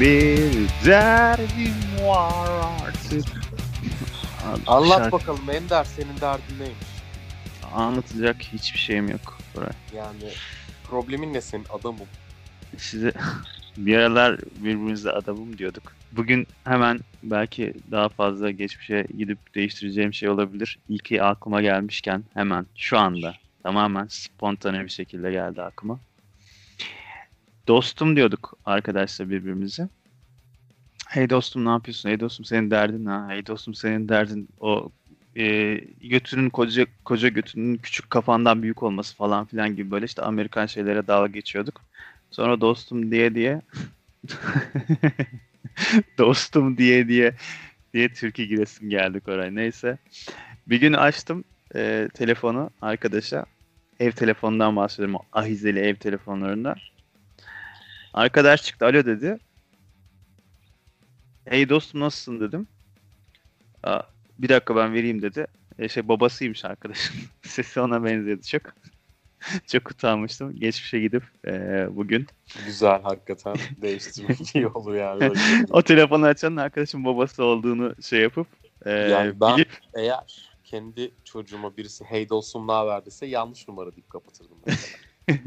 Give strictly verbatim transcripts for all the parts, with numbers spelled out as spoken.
Bir derdim var artık. Anlat Şarkı bakalım Ender, senin derdin neymiş? anlatacak hiçbir şeyim yok Koray. Yani problemin ne senin adamım? Size bir aralar birbirimize adamım diyorduk. Bugün hemen belki daha fazla geçmişe gidip değiştireceğim şey olabilir. İlk aklıma gelmişken hemen şu anda tamamen spontane bir şekilde geldi aklıma. Dostum diyorduk arkadaşlar birbirimize. Hey dostum ne yapıyorsun? Hey dostum senin derdin ha? Hey dostum senin derdin o e, götünün koca koca götünün küçük kafandan büyük olması falan filan gibi böyle işte Amerikan şeylere dalga geçiyorduk. Sonra dostum diye diye dostum diye diye diye türkü giresim geldi Koray. Neyse. Bir gün açtım e, telefonu arkadaşa. Ev telefonundan bahsediyorum. O ahizeli ev telefonlarından. Arkadaş çıktı. Alo dedi. Hey dostum nasılsın dedim. Aa, bir dakika ben vereyim dedi. E, şey babasıymış arkadaşım. Sesi ona benziyordu çok. Çok utanmıştım. Geçmişe gidip e, bugün. Güzel, hakikaten değiştirmek iyi olur yani. Böyle şey. O telefonu açanın arkadaşım babası olduğunu şey yapıp e, Yani ben bilip eğer kendi çocuğuma birisi hey dostum ne haber dese yanlış numara deyip kapatırdım mesela.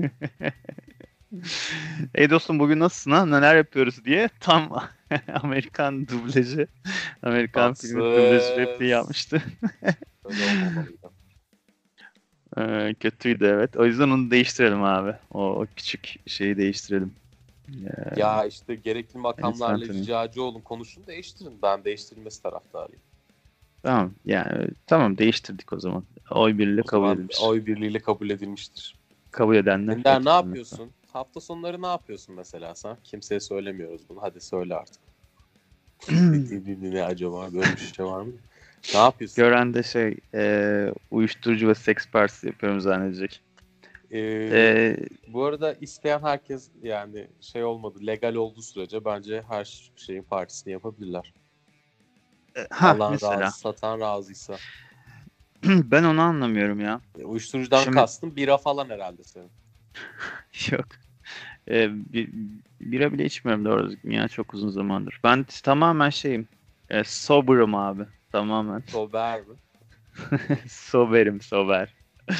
Hey dostum bugün nasılsın ha? Neler yapıyoruz diye tam Amerikan dublajı, Amerikan filmi dublajı repliği Tatsız. yapmıştı. Öyle olmamalıydı. Ee, kötüydü evet. O yüzden onu değiştirelim abi. O, o küçük şeyi değiştirelim. Ee, Ya işte gerekli Enes makamlarla Anthony. ricacı olun, konuşun, değiştirin. Ben değiştirilmesi taraftarıyım. Tamam yani tamam değiştirdik o zaman. Oy birliğiyle O kabul zaman edilmiş. oy birliğiyle kabul edilmiştir. Kabul edenler Ender, ne etkilenmez. yapıyorsun? Hafta sonları ne yapıyorsun mesela sen? Kimseye söylemiyoruz bunu. Hadi söyle artık. Ne acaba? Böyle bir şey var mı? Ne yapıyorsun? Gören de şey e, uyuşturucu ve seks partisi yapıyorum zannedecek. Ee, E, bu arada isteyen herkes, yani şey olmadı, legal olduğu sürece bence her şeyin partisini yapabilirler. ha Alan mesela razı, satan razıysa. ben onu anlamıyorum ya. E, uyuşturucudan Şimdi kastın bira falan herhalde senin. yok. E, bir, bira bile içmiyorum doğru düzgün ya çok uzun zamandır. Ben tamamen şeyim. E, sober'ım abi. Tamamen. Sober mi? Soberim sober.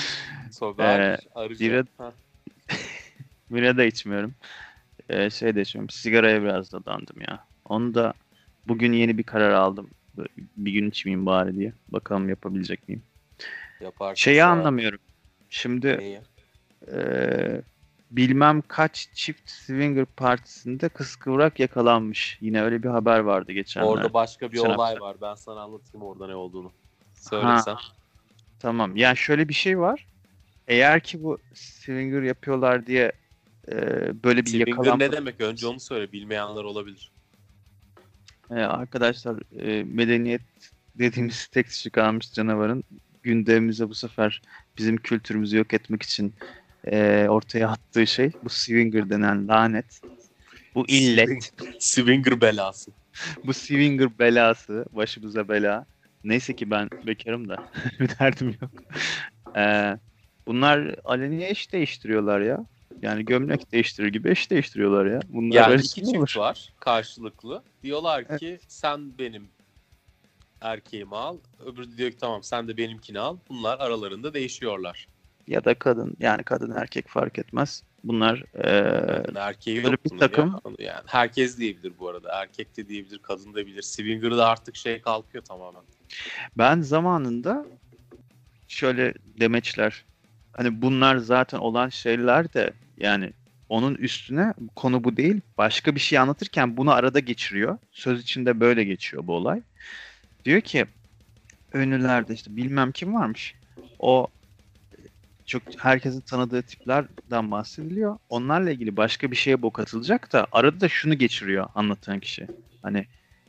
E, Sober, arıca. bira, Heh. bira da içmiyorum. E, şey de içmiyorum. Sigaraya biraz dadandım ya. Onu da bugün yeni bir karar aldım. Böyle bir gün içmeyeyim bari diye. Bakalım yapabilecek miyim? Yaparsın Şeyi sen. anlamıyorum. Şimdi Neyi? e, bilmem kaç çift swinger partisinde kıskıvrak yakalanmış. Yine öyle bir haber vardı geçenler. Orada başka bir Geçen olay hafta. var. Ben sana anlatayım orada ne olduğunu. Ha Söylesen. tamam. Yani şöyle bir şey var. Eğer ki bu swinger yapıyorlar diye e, böyle bir Swinger ne yakalanma. demek? Önce onu söyle. Bilmeyenler olabilir. E, arkadaşlar e, medeniyet dediğimiz tek kişi kalmış canavarın gündemimize bu sefer bizim kültürümüzü yok etmek için e, ortaya attığı şey bu swinger denen lanet. Bu illet. Swinger belası. Bu swinger belası. Başımıza bela. Neyse ki ben bekarım da bir derdim yok. E, bunlar aleniye eş değiştiriyorlar ya. Yani gömlek değiştirir gibi eş değiştiriyorlar ya. Bunlar Yani böyle iki şey mi çift olur? var karşılıklı. Diyorlar Evet. ki sen benim erkeğimi al. Öbürü de diyor ki tamam sen de benimkini al. Bunlar aralarında değişiyorlar. Ya da kadın yani kadın erkek fark etmez. Bunlar e, Kadın erkeği böyle yok bir bunun takım ya. Yani herkes diyebilir bu arada. Erkek de diyebilir, kadın da bilir. Swinger'da artık şey kalkıyor tamamen. ben zamanında şöyle demeçler hani bunlar zaten olan şeyler de yani onun üstüne konu bu değil başka bir şey anlatırken bunu arada geçiriyor. Söz içinde böyle geçiyor bu olay. Diyor ki ünlülerde işte bilmem kim varmış. O çok herkesin tanıdığı tiplerden bahsediliyor. Onlarla ilgili başka bir şeye bok atılacak da arada da şunu geçiriyor anlatan kişi. Hani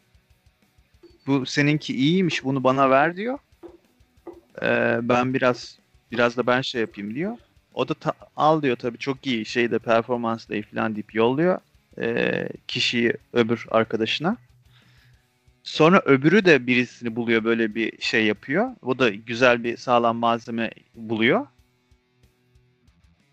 bu seninki iyiymiş bunu bana ver diyor. Ee, ben biraz biraz da ben şey yapayım diyor. O da ta- al diyor tabii çok iyi şeyde performans da iyi falan deyip yolluyor ee, kişiyi öbür arkadaşına. Sonra öbürü de birisini buluyor böyle bir şey yapıyor. O da güzel bir sağlam malzeme buluyor.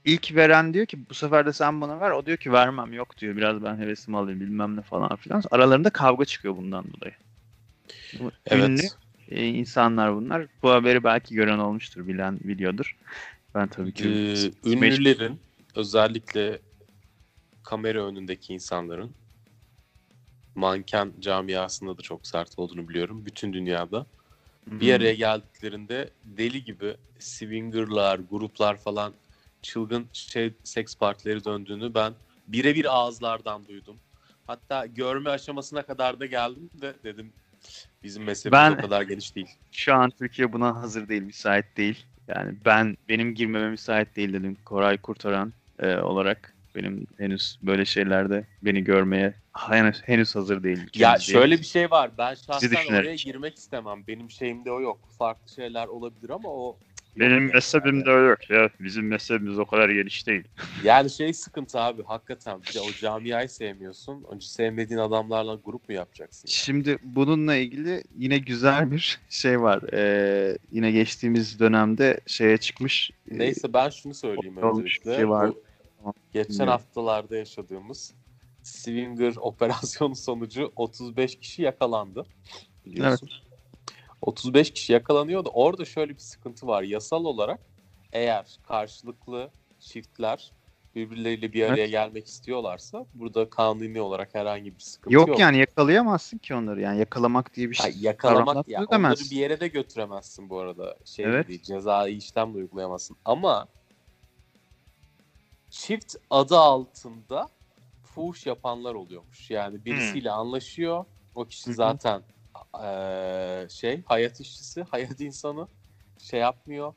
İlk veren diyor ki bu sefer de sen bana ver. O diyor ki vermem, yok diyor. Biraz ben hevesimi alayım bilmem ne falan filan. Aralarında kavga çıkıyor bundan dolayı. Bu ünlü Evet. e, insanlar bunlar. Bu haberi belki gören olmuştur, bilen biliyordur. Ben tabii ki Ee, içime hiç- ünlülerin, özellikle kamera önündeki insanların, manken camiasında da çok sert olduğunu biliyorum. Bütün dünyada. Bir Hmm. araya geldiklerinde deli gibi swingerlar, gruplar falan, çılgın şey seks partileri döndüğünü ben birebir ağızlardan duydum. Hatta görme aşamasına kadar da geldim de dedim bizim mezhebimiz o Ben kadar geniş değil. şu an Türkiye buna hazır değil, müsait değil. Yani ben benim girmeme müsait değil dedim. Koray Kurtaran e, olarak benim henüz böyle şeylerde beni görmeye henüz, henüz hazır değil Ya ülkemiz diye. şöyle bir şey var. Ben Sizi şahsen oraya düşünerek. girmek istemem. Benim şeyimde o yok. Farklı şeyler olabilir ama o yok Benim yani. mezhebimde öyle yok ya. Bizim mezhebimiz o kadar geniş değil. Yani şey sıkıntı abi hakikaten. Bir de o camiayı sevmiyorsun. Önce sevmediğin adamlarla grup mu yapacaksın yani? Şimdi bununla ilgili yine güzel bir şey var. Ee, yine geçtiğimiz dönemde şeye çıkmış. E, Neyse ben şunu söyleyeyim olmuş bir öncelikle. şey var. Bu geçen Bilmiyorum. haftalarda yaşadığımız Swinger operasyonu sonucu otuz beş kişi yakalandı. Evet. Biliyorsun. otuz beş kişi yakalanıyor da orada şöyle bir sıkıntı var. Yasal olarak eğer karşılıklı çiftler birbirleriyle bir araya Evet. gelmek istiyorlarsa burada kanuni olarak herhangi bir sıkıntı Yok yok. yani yakalayamazsın ki onları. Yani yakalamak diye bir Ha, şey kavram yakalamak ya lafı onları bir demezsin. yere de götüremezsin bu arada. Şey de Evet. değil, cezai işlem de uygulayamazsın. Ama çift adı altında fuhuş yapanlar oluyormuş. Yani Hmm. birisiyle anlaşıyor. O kişi Hı hı. zaten eee, şey hayat işçisi, hayat insanı şey yapmıyor.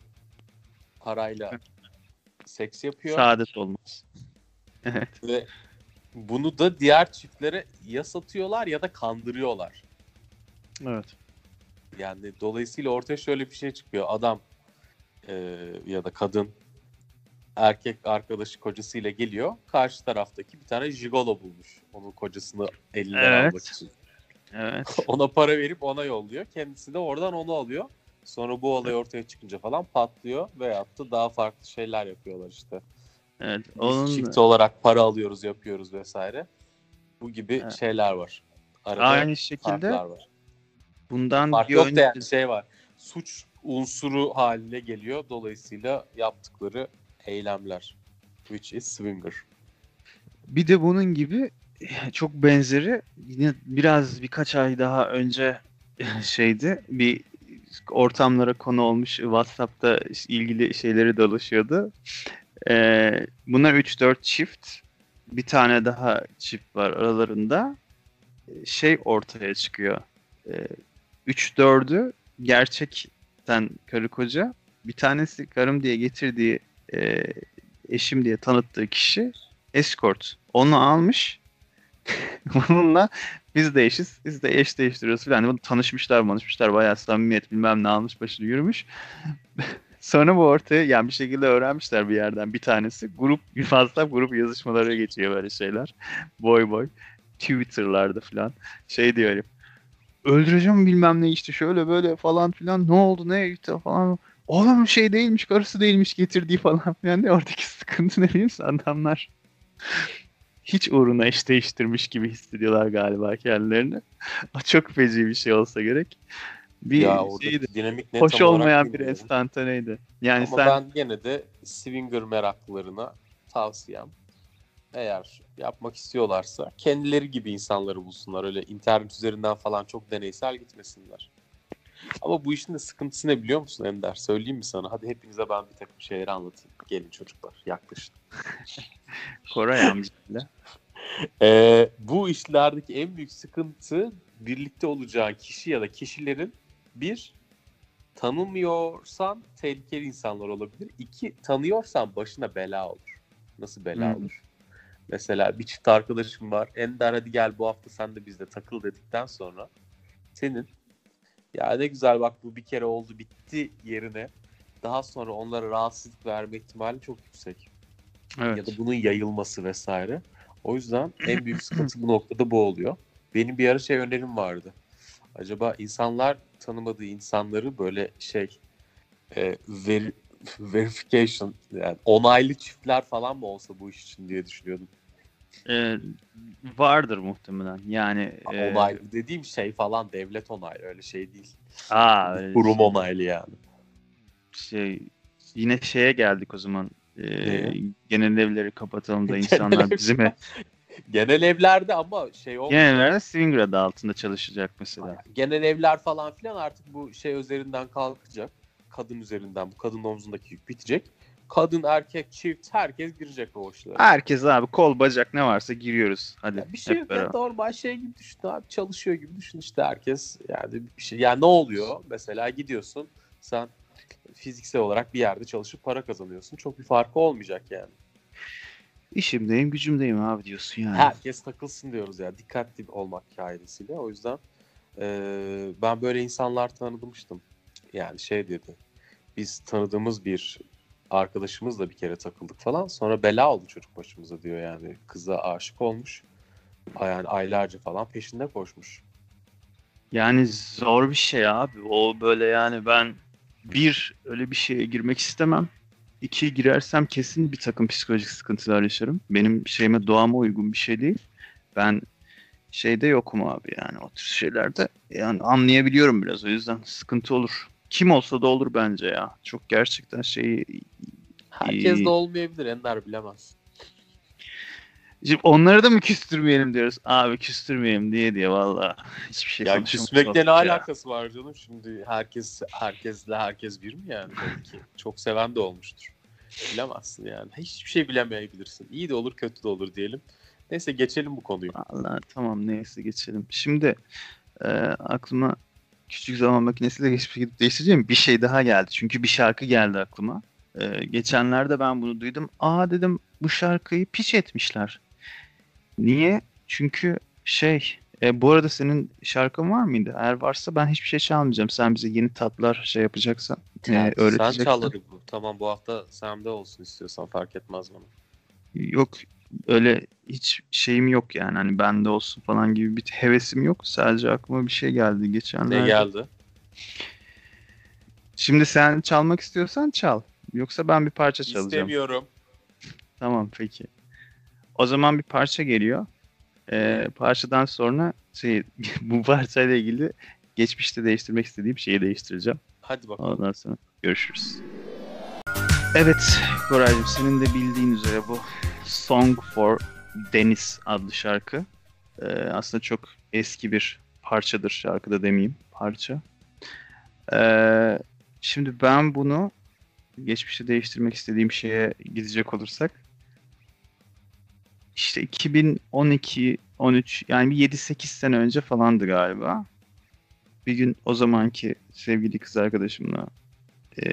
Parayla seks yapıyor Saadet olmaz. Evet. ve bunu da diğer çiftlere ya satıyorlar ya da kandırıyorlar. Evet. Yani dolayısıyla ortaya şöyle bir şey çıkıyor. Adam eee, ya da kadın erkek arkadaşı kocasıyla geliyor. Karşı taraftaki bir tane jigolo bulmuş. Onun kocasını elinden almak Evet. için. Evet. Ona para verip ona yolluyor. Kendisi de oradan onu alıyor. Sonra bu olay ortaya çıkınca falan patlıyor veyahut da daha farklı şeyler yapıyorlar işte. Evet. Biz Onun çift olarak para alıyoruz, yapıyoruz vesaire. Bu gibi evet. şeyler var. Arada Aynı şekilde farklar var. bundan Fark bir yok da önce yani şey var. Suç unsuru haline geliyor. Dolayısıyla yaptıkları eylemler. Which is swinger. bir de bunun gibi çok benzeri yine biraz birkaç ay daha önce şeydi, bir ortamlara konu olmuş, WhatsApp'ta ilgili şeyleri dolaşıyordu. Ee, bunlar üç dört çift, bir tane daha çift var aralarında. Şey ortaya çıkıyor. Ee, üç dördü gerçekten karı koca. Bir tanesi karım diye getirdiği, e, eşim diye tanıttığı kişi escort. Onu almış. Bununla biz de eşiz, biz de eş değiştiriyoruz falan. Bunu tanışmışlar, tanışmışlar, bayağı samimiyet bilmem ne almış başını yürümüş. Sonra bu ortaya yani bir şekilde öğrenmişler bir yerden, bir tanesi. Grup, WhatsApp grup yazışmalara geçiyor böyle şeyler. Boy boy. Twitter'larda falan. Şey diyor herif. Öldüreceğim bilmem ne işte şöyle böyle falan filan. Ne oldu ne gitti falan. Oğlum şey değilmiş, karısı değilmiş getirdiği falan filan diye. Oradaki sıkıntı ne biliyor musun? Adamlar hiç uğruna eş değiştirmiş gibi hissediyorlar galiba kendilerini. O çok feci bir şey olsa gerek. Ya Bir şeydi. oradaki dinamik ne Hoş tam olarak olmayan bir bilmiyorum. enstantaneydi. Yani Ama sen ben gene de swinger meraklılarına tavsiyem. Eğer yapmak istiyorlarsa kendileri gibi insanları bulsunlar. Öyle internet üzerinden falan çok deneysel gitmesinler. Ama bu işin de sıkıntısı ne biliyor musun Ender? Söyleyeyim mi sana? Hadi hepinize ben bir takım şeyleri anlatayım. Gelin çocuklar yaklaşın. Koray amcayla. Ee, bu işlerdeki en büyük sıkıntı birlikte olacağın kişi ya da kişilerin bir, tanımıyorsan tehlikeli insanlar olabilir. İki, tanıyorsan başına bela olur. Nasıl bela Hmm. olur? Mesela bir çift arkadaşım var. Ender hadi gel bu hafta sen de bizde takıl dedikten sonra senin ya ne güzel bak bu bir kere oldu bitti yerine daha sonra onlara rahatsızlık verme ihtimali çok yüksek. Ya da Evet. bunun yayılması vesaire. O yüzden en büyük sıkıntı bu noktada bu oluyor. Benim bir ara şey önerim vardı. Acaba insanlar tanımadığı insanları böyle şey e, veri, Verification, yani onaylı çiftler falan mı olsa bu iş için diye düşünüyordum. Ee, vardır muhtemelen. Yani e, Onaylı dediğim şey falan devlet onaylı, öyle şey değil. aa öyle Kurum şey, onaylı yani. şey yine şeye geldik o zaman. Ee, Neye? genel evleri kapatalım da Genel, insanlar bizim ev. genel evlerde ama şey Genel olmayacak. evlerde Swinger adı altında çalışacak mesela. Genel evler falan filan artık bu şey üzerinden kalkacak. Kadın üzerinden, bu kadın omzundaki yük bitecek. Kadın, erkek, çift herkes girecek o işlere. Herkes abi kol bacak ne varsa giriyoruz. Hadi Ya bir şey hep yok ya, beraber. normal şey gibi düşün abi, çalışıyor gibi düşün işte herkes, yani bir şey, yani ne oluyor mesela, gidiyorsun sen fiziksel olarak bir yerde çalışıp para kazanıyorsun, çok bir farkı olmayacak yani. İşimdeyim gücümdeyim abi diyorsun yani. Herkes takılsın diyoruz ya, dikkatli olmak kaidesiyle. O yüzden e, ben böyle insanlar tanımıştım. Yani şey dedi, biz tanıdığımız bir arkadaşımızla bir kere takıldık falan, sonra bela oldu çocuk başımıza diyor. Yani kıza aşık olmuş, yani aylarca falan peşinde koşmuş. Yani zor bir şey abi. O böyle yani ben bir öyle bir şeye girmek istemem. İki girersem kesin bir takım psikolojik sıkıntılar yaşarım. Benim şeyime doğama uygun bir şey değil. Ben şeyde yokum abi yani o tür şeylerde yani anlayabiliyorum biraz o yüzden sıkıntı olur. Kim olsa da olur bence ya. Çok gerçekten şeyi Herkes de iyi. olmayabilir, Ender bilemez. Şimdi onları da mı küstürmeyelim diyoruz. Abi küstürmeyelim diye diye valla hiçbir şey Ya konuşamadık küsmekle ne ya. alakası var canım? Şimdi herkes herkesle herkes bir mi yani, tabii ki. Çok seven de olmuştur. Bilemezsin yani. Hiçbir şey bilemeyebilirsin. İyi de olur, kötü de olur diyelim. Neyse, geçelim bu konuyu. Valla tamam neyse geçelim. Şimdi e, aklıma küçük zaman makinesiyle geçip gidip değiştireceğim bir şey daha geldi. Çünkü bir şarkı geldi aklıma. E, geçenlerde ben bunu duydum. Aa dedim bu şarkıyı piç etmişler. Niye? Çünkü şey e, bu arada senin şarkın var mıydı? Eğer varsa ben hiçbir şey çalmayacağım. Sen bize yeni tatlar şey yapacaksan, Ya e, sen çal öğreteceksen. hadi bu. Tamam, bu hafta sende olsun istiyorsan, fark etmez bana. Yok öyle hiç şeyim yok yani hani bende olsun falan gibi bir hevesim yok. Sadece aklıma bir şey geldi Ne geçenlerde. geldi? Şimdi sen çalmak istiyorsan çal. Yoksa ben bir parça çalacağım. İstemiyorum. Tamam peki. O zaman bir parça geliyor. Ee, parçadan sonra şey bu parçayla ilgili geçmişte değiştirmek istediğim şeyi değiştireceğim. Hadi bakalım. Ondan sonra görüşürüz. Evet Koraycığım senin de bildiğin üzere bu Song for Deniz adlı şarkı. Ee, aslında çok eski bir parçadır şarkıda demeyeyim parça. Ee, şimdi ben bunu geçmişte değiştirmek istediğim şeye gidecek olursak işte iki bin on iki on üç yani bir yedi sekiz sene önce falandı galiba. Bir gün o zamanki sevgili kız arkadaşımla e,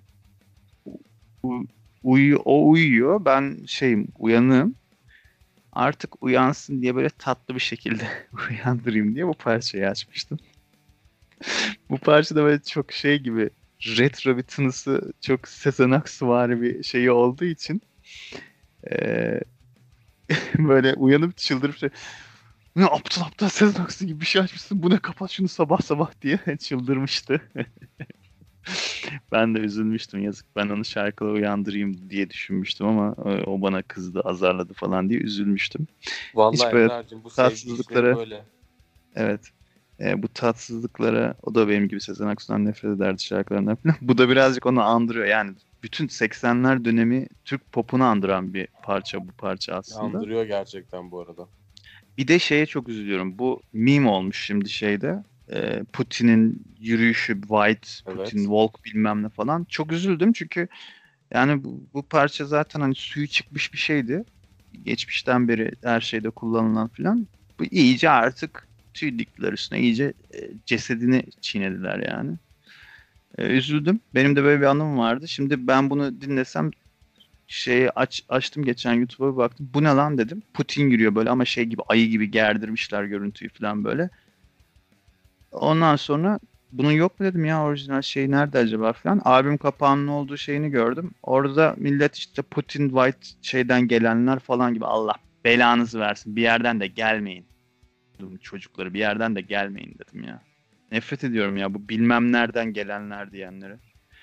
u- uyu- o uyuyor ben şeyim uyanığım. Artık uyansın diye böyle tatlı bir şekilde uyandırayım diye bu parçayı açmıştım. Bu parça da böyle çok şey gibi retro bir tınısı çok Sezen Aksu'vari bir şeyi olduğu için eee, böyle uyanıp çıldırıp şey, ne aptal aptal Sezen Aksu gibi bir şey açmışsın bu ne kapat şunu sabah sabah diye çıldırmıştı. Ben de üzülmüştüm yazık ben onu şarkıla uyandırayım diye düşünmüştüm ama e, o bana kızdı azarladı falan diye üzülmüştüm. Hiç Vallahi böyle Ender'cim, bu sevgi işleri tatsızlıklara böyle. evet. E, bu tatsızlıklara o da benim gibi Sezen Aksu'dan nefret ederdi şarkılarından falan. Bu da birazcık onu andırıyor. Yani bütün seksenler dönemi Türk popunu andıran bir parça bu parça aslında. Andırıyor gerçekten bu arada. Bir de şeye çok üzülüyorum. Bu meme olmuş şimdi şeyde. E, Putin'in yürüyüşü White, Putin Evet. Walk bilmem ne falan. Çok üzüldüm çünkü yani bu, bu parça zaten hani suyu çıkmış bir şeydi. Geçmişten beri her şeyde kullanılan falan. Bu iyice artık tüy diktiler üstüne. İyice e, cesedini çiğnediler yani. E, üzüldüm. Benim de böyle bir anım vardı. Şimdi ben bunu dinlesem şeyi aç, açtım geçen YouTube'a bir baktım. Bu ne lan dedim. Putin yürüyor böyle ama şey gibi ayı gibi gerdirmişler görüntüyü falan böyle. Ondan sonra bunun yok mu dedim ya orijinal şey nerede acaba falan. Albüm kapağının olduğu şeyini gördüm. Orada millet işte Putin White şeyden gelenler falan gibi Allah belanızı versin. Bir yerden de gelmeyin. Dedim, çocukları bir yerden de gelmeyin dedim ya. Nefret ediyorum ya bu bilmem nereden gelenler diyenlere.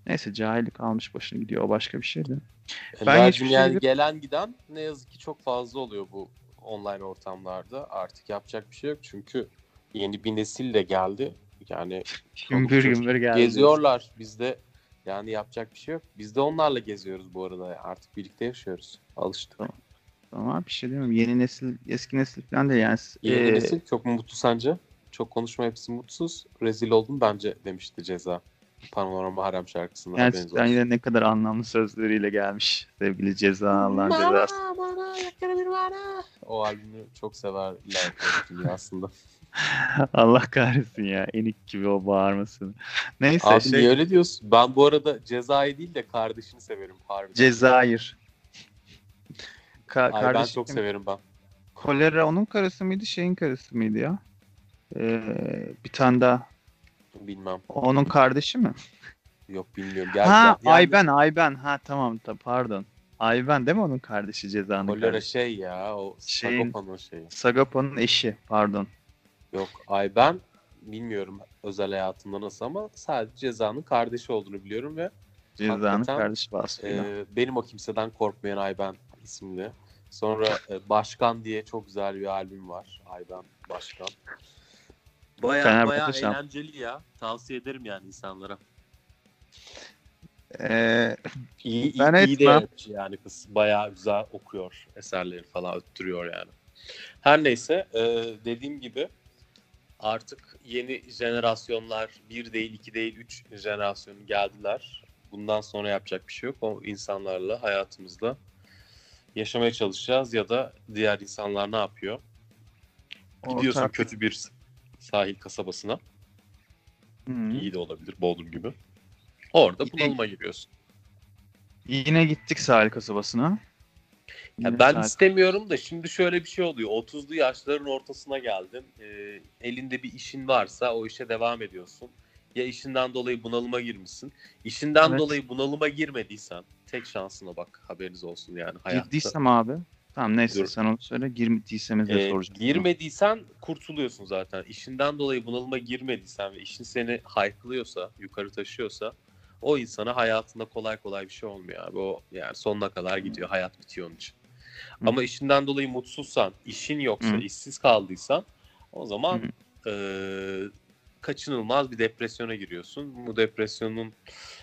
Neyse cahillik almış başını gidiyor. O başka bir şeydi. Ben hiçbir Ender'cim yani şeyleri gelen giden ne yazık ki çok fazla oluyor bu online ortamlarda. Artık yapacak bir şey yok çünkü yeni bir nesil de geldi. Yani çoluk gümbür çocuk gümbür geldi diyorsun. geziyorlar. Biz de yani yapacak bir şey yok. Biz de onlarla geziyoruz bu arada. Artık birlikte yaşıyoruz. Alıştık. Tamam. Tamam bir şey demiyorum. Yeni nesil, eski nesil falan değil yani. Yeni Ee, nesil çok mu mutlu sence? Çok konuşma, hepsi mutsuz. Rezil oldum bence demişti Ceza. Panorama Harem şarkısında, haberiniz gerçekten olsun. yine ne kadar anlamlı sözleriyle gelmiş. Sevgili Ceza, Allah'ın Bana, cezası. bana, yakara bir bana. O albümü çok severler dünyasında. Allah kahretsin ya. Enik gibi o bağırmasını. Neyse Abi şey niye öyle diyorsun? Ben bu arada Ceza'yı değil de kardeşini severim harbiden. Cezayir. Ka- Ay ben kardeşi çok kim? severim ben. Kolera onun karısı mıydı? Şeyin karısı mıydı ya? Ee, bir tane daha. Bilmem. Onun kardeşi mi? Yok bilmiyorum. Gel, Ha ya, yani Ayben Ayben. Ha tamam ta, pardon. Ayben değil mi onun kardeşi Ceza'nın kolera kardeşi? şey ya, o Şeyin Sagopa'nın şeyi. Sagopa'nın eşi pardon. Yok ay ben bilmiyorum özel hayatında nasıl ama sadece Ceza'nın kardeşi olduğunu biliyorum ve Ceza'nın hakikaten kardeşi vasfıyla. e, benim o kimseden korkmayan Ayben isimli. Sonra e, Başkan diye çok güzel bir albüm var. Ayben Başkan. Baya baya Fenerbahçe şamp. eğlenceli ya. Tavsiye ederim yani insanlara. Ee, İyi, ben iyi, iyi de etmem. rapçi yani kız. Bayağı güzel okuyor. Eserleri falan öttürüyor yani. Her neyse e, dediğim gibi artık yeni jenerasyonlar bir değil, iki değil, üç jenerasyonu geldiler. Bundan sonra yapacak bir şey yok. O insanlarla hayatımızda yaşamaya çalışacağız ya da diğer insanlar ne yapıyor? Gidiyorsun Ortak. kötü bir sahil kasabasına. Hı. İyi de olabilir, Bodrum gibi. Orada Yine, bunalıma giriyorsun. yine gittik sahil kasabasına. Ya Yine ben sahil. istemiyorum da şimdi şöyle bir şey oluyor. otuzlu yaşların ortasına geldin. Ee, elinde bir işin varsa o işe devam ediyorsun. Ya işinden dolayı bunalıma girmişsin. İşinden Evet. dolayı bunalıma girmediysen tek şansına bak, haberiniz olsun yani hayatta. Girdiysem abi. Tamam neyse Dur. sen onu söyle. Girmediysem de Ee, soracağım bunu. girmediysen kurtuluyorsun zaten. İşinden dolayı bunalıma girmediysen ve işin seni haykılıyorsa, yukarı taşıyorsa o insana hayatında kolay kolay bir şey olmuyor abi. O yani sonuna kadar gidiyor. Hayat bitiyor onun için. Hı. Ama işinden dolayı mutsuzsan, işin yoksa, Hı. işsiz kaldıysan o Hı. zaman e, kaçınılmaz bir depresyona giriyorsun. Bu depresyonun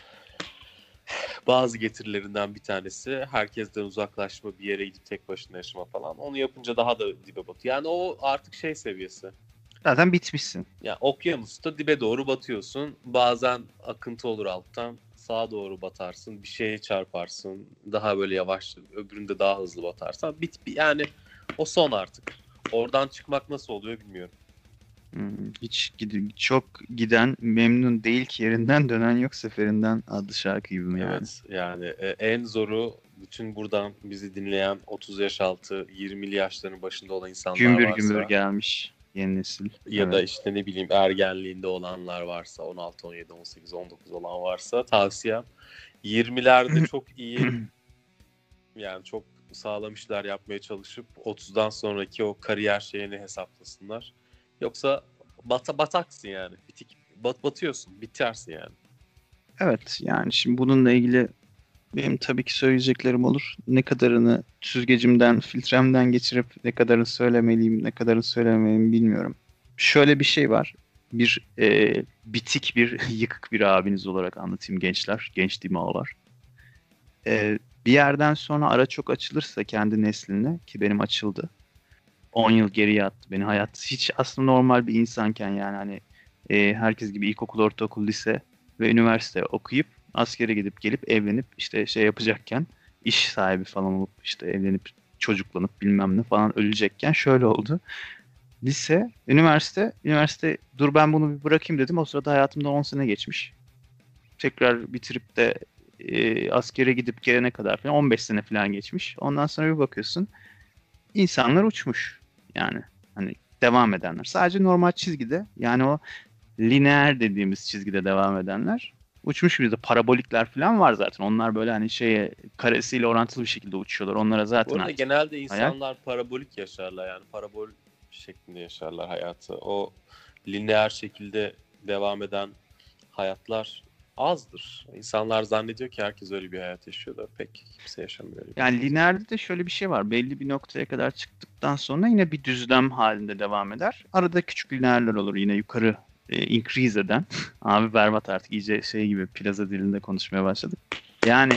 bazı getirilerinden bir tanesi herkesten uzaklaşma, bir yere gidip tek başına yaşama falan. Onu yapınca daha da dibe batıyor. Yani o artık şey seviyesi. Zaten bitmişsin. Yani okyanusta dibe doğru batıyorsun. Bazen akıntı olur alttan. Sağa doğru batarsın. Bir şeye çarparsın. Daha böyle yavaş. Öbüründe daha hızlı batarsan. Bit, yani o son artık. Oradan çıkmak nasıl oluyor bilmiyorum. Hmm, hiç gid- çok giden memnun değil ki yerinden dönen yok seferinden adlı şarkı gibi mi yani? Evet yani e, en zoru bütün buradan bizi dinleyen otuz yaş altı yirmili yaşların başında olan insanlar Gümbür gümbür varsa gelmiş yeni nesil. ya Evet. da işte ne bileyim ergenliğinde olanlar varsa on altı on yedi on sekiz on dokuz olan varsa tavsiyem yirmilerde çok iyi yani çok sağlam işler yapmaya çalışıp otuzdan sonraki o kariyer şeyini hesaplasınlar. Yoksa bata, bataksın yani. Bitik, bat, batıyorsun. Bitersin yani. Evet yani şimdi bununla ilgili benim tabii ki söyleyeceklerim olur. Ne kadarını süzgecimden, filtremden geçirip ne kadarını söylemeliyim, ne kadarını söylemeliyim bilmiyorum. Şöyle bir şey var. Bir e, bitik bir, yıkık bir abiniz olarak anlatayım gençler. Gençliğimi ağlar. E, bir yerden sonra ara çok açılırsa kendi nesline ki benim açıldı. on yıl geriye attı beni hayat. Hiç aslında normal bir insanken yani hani e, herkes gibi ilkokul, ortaokul, lise ve üniversite okuyup askere gidip gelip evlenip işte şey yapacakken iş sahibi falan olup işte evlenip çocuklanıp bilmem ne falan ölecekken şöyle oldu. Lise, üniversite, üniversite dur ben bunu bir bırakayım dedim. O sırada hayatımdan on sene geçmiş. Tekrar bitirip de e, askere gidip gelene kadar falan on beş sene falan geçmiş. Ondan sonra bir bakıyorsun insanlar uçmuş. Yani hani devam edenler. Sadece normal çizgide yani o lineer dediğimiz çizgide devam edenler uçmuş, bir de parabolikler falan var zaten. Onlar böyle hani şeye karesiyle orantılı bir şekilde uçuyorlar. Onlara Bu zaten arada artık genelde hayal. insanlar parabolik yaşarlar yani. Parabol şeklinde yaşarlar hayatı. O lineer şekilde devam eden hayatlar azdır. İnsanlar zannediyor ki herkes öyle bir hayat yaşıyor da pek kimse yaşamıyor öyle bir Yani hayat. lineerde de şöyle bir şey var. Belli bir noktaya kadar çıktıktan sonra yine bir düzlem halinde devam eder. Arada küçük lineerler olur yine yukarı e, increase eden. Abi berbat artık iyice şey gibi plaza dilinde konuşmaya başladık. Yani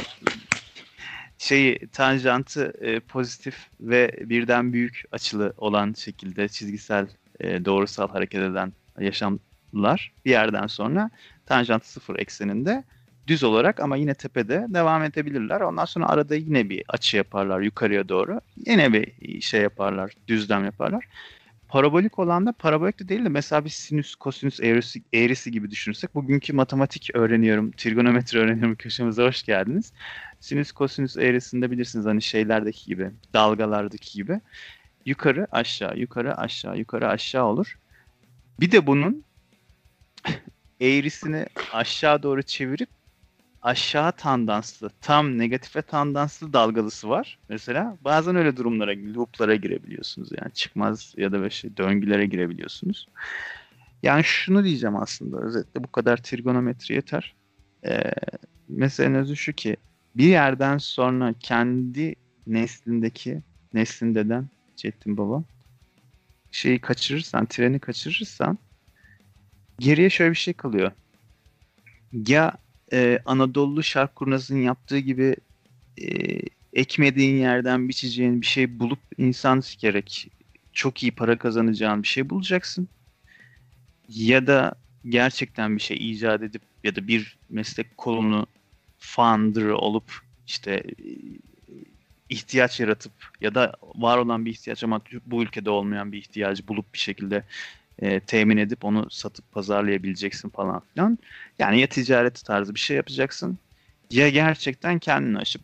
şeyi tanjantı e, pozitif ve birden büyük açılı olan şekilde çizgisel e, doğrusal hareket eden yaşamlar bir yerden sonra tanjantı sıfır ekseninde düz olarak ama yine tepede devam edebilirler. Ondan sonra arada yine bir açı yaparlar yukarıya doğru. Yine bir şey yaparlar, düzlem yaparlar. Parabolik olan da parabolik de değil de mesela bir sinüs, kosinüs eğrisi, eğrisi gibi düşünürsek bugünkü matematik öğreniyorum, trigonometri öğreniyorum köşemize hoş geldiniz. Sinüs, kosinüs eğrisinde bilirsiniz hani şeylerdeki gibi, dalgalardaki gibi yukarı aşağı, yukarı aşağı, yukarı aşağı olur. Bir de bunun eğrisini aşağı doğru çevirip aşağı tandanslı, tam negatife tandanslı dalgalısı var. Mesela bazen öyle durumlara, loop'lara girebiliyorsunuz. Yani çıkmaz ya da böyle şey, döngülere girebiliyorsunuz. Yani şunu diyeceğim aslında özetle bu kadar trigonometri yeter. Ee, meselenin özü şu ki bir yerden sonra kendi neslindeki neslindeden Cettin Baba şeyi kaçırırsan, treni kaçırırsan geriye şöyle bir şey kalıyor. Ya e, Anadolu şark kurnazının yaptığı gibi e, ekmediğin yerden biçeceğin bir şey bulup insan sikerek çok iyi para kazanacağın bir şey bulacaksın. Ya da gerçekten bir şey icat edip ya da bir meslek kolunu founder olup işte e, ihtiyaç yaratıp ya da var olan bir ihtiyaç ama bu ülkede olmayan bir ihtiyacı bulup bir şekilde e, temin edip onu satıp pazarlayabileceksin falan filan. Yani ya ticaret tarzı bir şey yapacaksın ya gerçekten kendini aşıp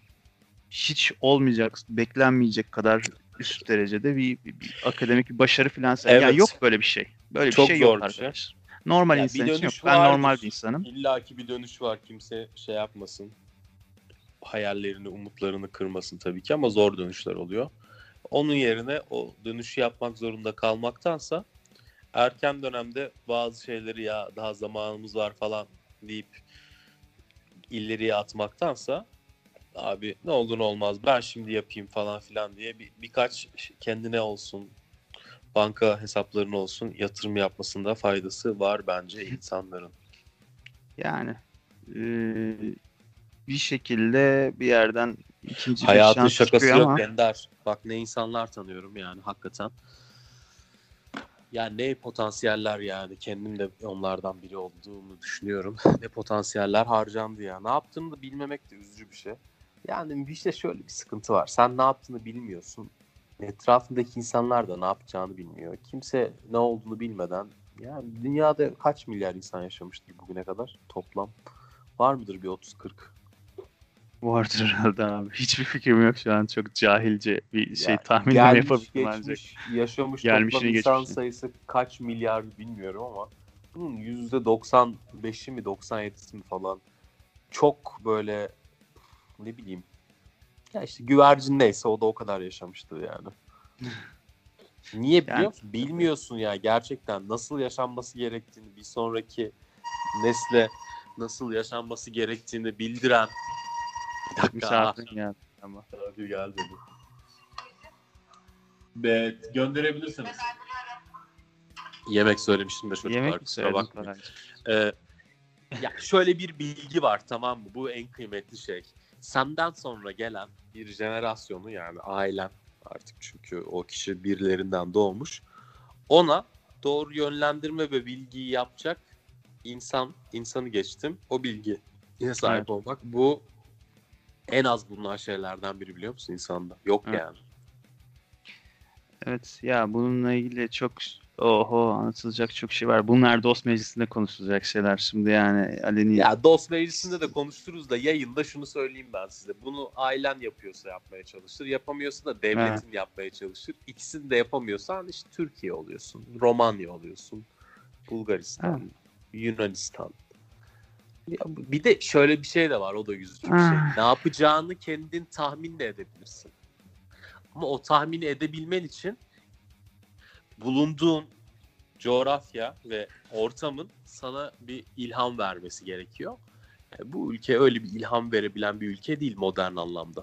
hiç olmayacak, beklenmeyecek kadar üst derecede bir, bir, bir akademik bir başarı falan. Ya yok Evet. böyle bir şey. Böyle bir Çok şey yok zor bir şey. arkadaşlar. Normal Ya bir insan için yok. dönüş Ben normal bir vardır. insanım. İlla ki bir dönüş var. Kimse şey yapmasın. Hayallerini, umutlarını kırmasın tabii ki ama zor dönüşler oluyor. Onun yerine o dönüşü yapmak zorunda kalmaktansa erken dönemde bazı şeyleri ya daha zamanımız var falan deyip ileriye atmaktansa abi ne olur ne olmaz ben şimdi yapayım falan filan diye bir, birkaç kendine olsun banka hesaplarına olsun yatırım yapmasında faydası var bence insanların. Yani e, bir şekilde bir yerden ikinci bir Hayatın şans şakası çıkıyor ama yok Ender. Bak ne insanlar tanıyorum yani hakikaten. Yani ne potansiyeller yani kendim de onlardan biri olduğumu düşünüyorum. Ne potansiyeller harcandı ya. Ne yaptığını da bilmemek de üzücü bir şey. Yani işte şöyle bir sıkıntı var. Sen ne yaptığını bilmiyorsun. Etrafındaki insanlar da ne yapacağını bilmiyor. Kimse ne olduğunu bilmeden yani dünyada kaç milyar insan yaşamıştır bugüne kadar toplam? Var mıdır bir otuz kırk? vardır herhalde abi. Hiçbir fikrim yok şu an. Çok cahilce bir şey Ya tahminleme gelmiş yapabildim ancak. geçmiş yaşamış toplam Gelmişini insan geçmişini. sayısı kaç milyar bilmiyorum ama bunun yüzde doksan beşi mi doksan yedisi mi falan çok böyle ne bileyim ya işte güvercin neyse o da o kadar yaşamıştır yani. Niye biliyor Yani musun? Bilmiyorsun ya gerçekten nasıl yaşanması gerektiğini bir sonraki nesle nasıl yaşanması gerektiğini bildiren bir dakika misafirin geldi ama. hadi gel dedi. Evet, gönderebilirsiniz. Yemek söylemiştim de çocuklar Yemek mi kusura söyledin bakmayın. Koray? Ee, ya şöyle bir bilgi var tamam mı? Bu en kıymetli şey. Senden sonra gelen bir jenerasyonu yani ailen artık çünkü o kişi birilerinden doğmuş. Ona doğru yönlendirme ve bilgiyi yapacak insan, insanı geçtim. O bilgiye sahip Evet, olmak. Bu en az bulunan şeylerden biri biliyor musun insanda? Yok evet. yani. Evet ya bununla ilgili çok oho anlatılacak çok şey var. Bunlar dost meclisinde konuşulacak şeyler şimdi yani Ali'nin Ya dost meclisinde de konuşuruz da yayında şunu söyleyeyim ben size. Bunu ailen yapıyorsa yapmaya çalışır. Yapamıyorsa da evet. devletin yapmaya çalışır. İkisini de yapamıyorsan işte Türkiye oluyorsun. Romanya oluyorsun. Bulgaristan, Evet. Yunanistan. Ya bir de şöyle bir şey de var. O da yüzücü bir şey. Ah, Ne yapacağını kendin tahmin de edebilirsin. Ama o tahmini edebilmen için bulunduğun coğrafya ve ortamın sana bir ilham vermesi gerekiyor. Yani bu ülke öyle bir ilham verebilen bir ülke değil modern anlamda.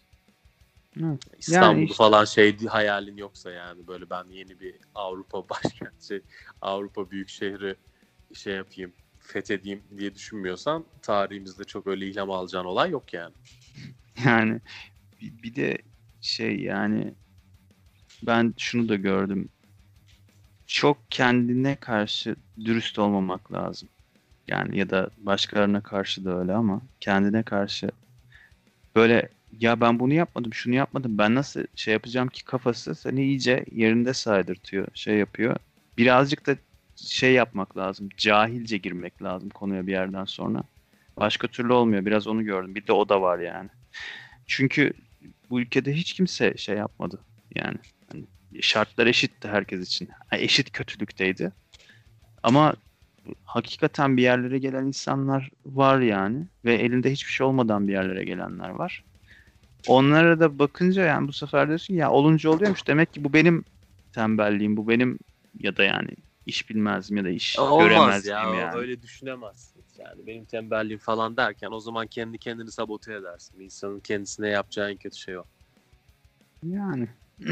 Hı. İstanbul'u Yani işte, falan şey hayalin yoksa yani böyle ben yeni bir Avrupa başkenti, Avrupa büyük şehri şey yapayım, fethedeyim diye düşünmüyorsan tarihimizde çok öyle ilham alacağın olay yok yani. yani bir, bir de şey yani ben şunu da gördüm. Çok kendine karşı dürüst olmamak lazım. Yani ya da başkalarına karşı da öyle ama kendine karşı böyle ya ben bunu yapmadım, şunu yapmadım. Ben nasıl şey yapacağım ki kafası seni iyice yerinde saydırtıyor, şey yapıyor. Birazcık da şey yapmak lazım. Cahilce girmek lazım konuya bir yerden sonra. Başka türlü olmuyor. Biraz onu gördüm. Bir de o da var yani. Çünkü bu ülkede hiç kimse şey yapmadı. Yani hani şartlar eşitti herkes için. Ha, eşit kötülükteydi. Ama hakikaten bir yerlere gelen insanlar var yani. Ve elinde hiçbir şey olmadan bir yerlere gelenler var. Onlara da bakınca yani bu sefer diyorsun ya olunca oluyormuş. Demek ki bu benim tembelliğim, bu benim ya da yani iş bilmezliğim ya da iş Olmaz göremezliğim ya yani. öyle düşünemezsin. Yani benim tembelliğim falan derken o zaman kendi kendini sabote edersin. İnsanın kendisine yapacağı en kötü şey o. Yani.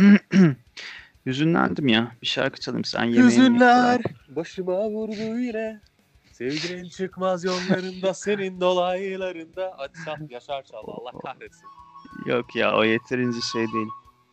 Hüzünlendim ya. Bir şarkı çalayım sen yemeğini yap. Hüzünler başıma vurdu yine. Sevgilin çıkmaz yollarında senin dolaylarında. Hadi çal Yaşar çal Allah kahretsin. Yok ya o yeterince şey değil.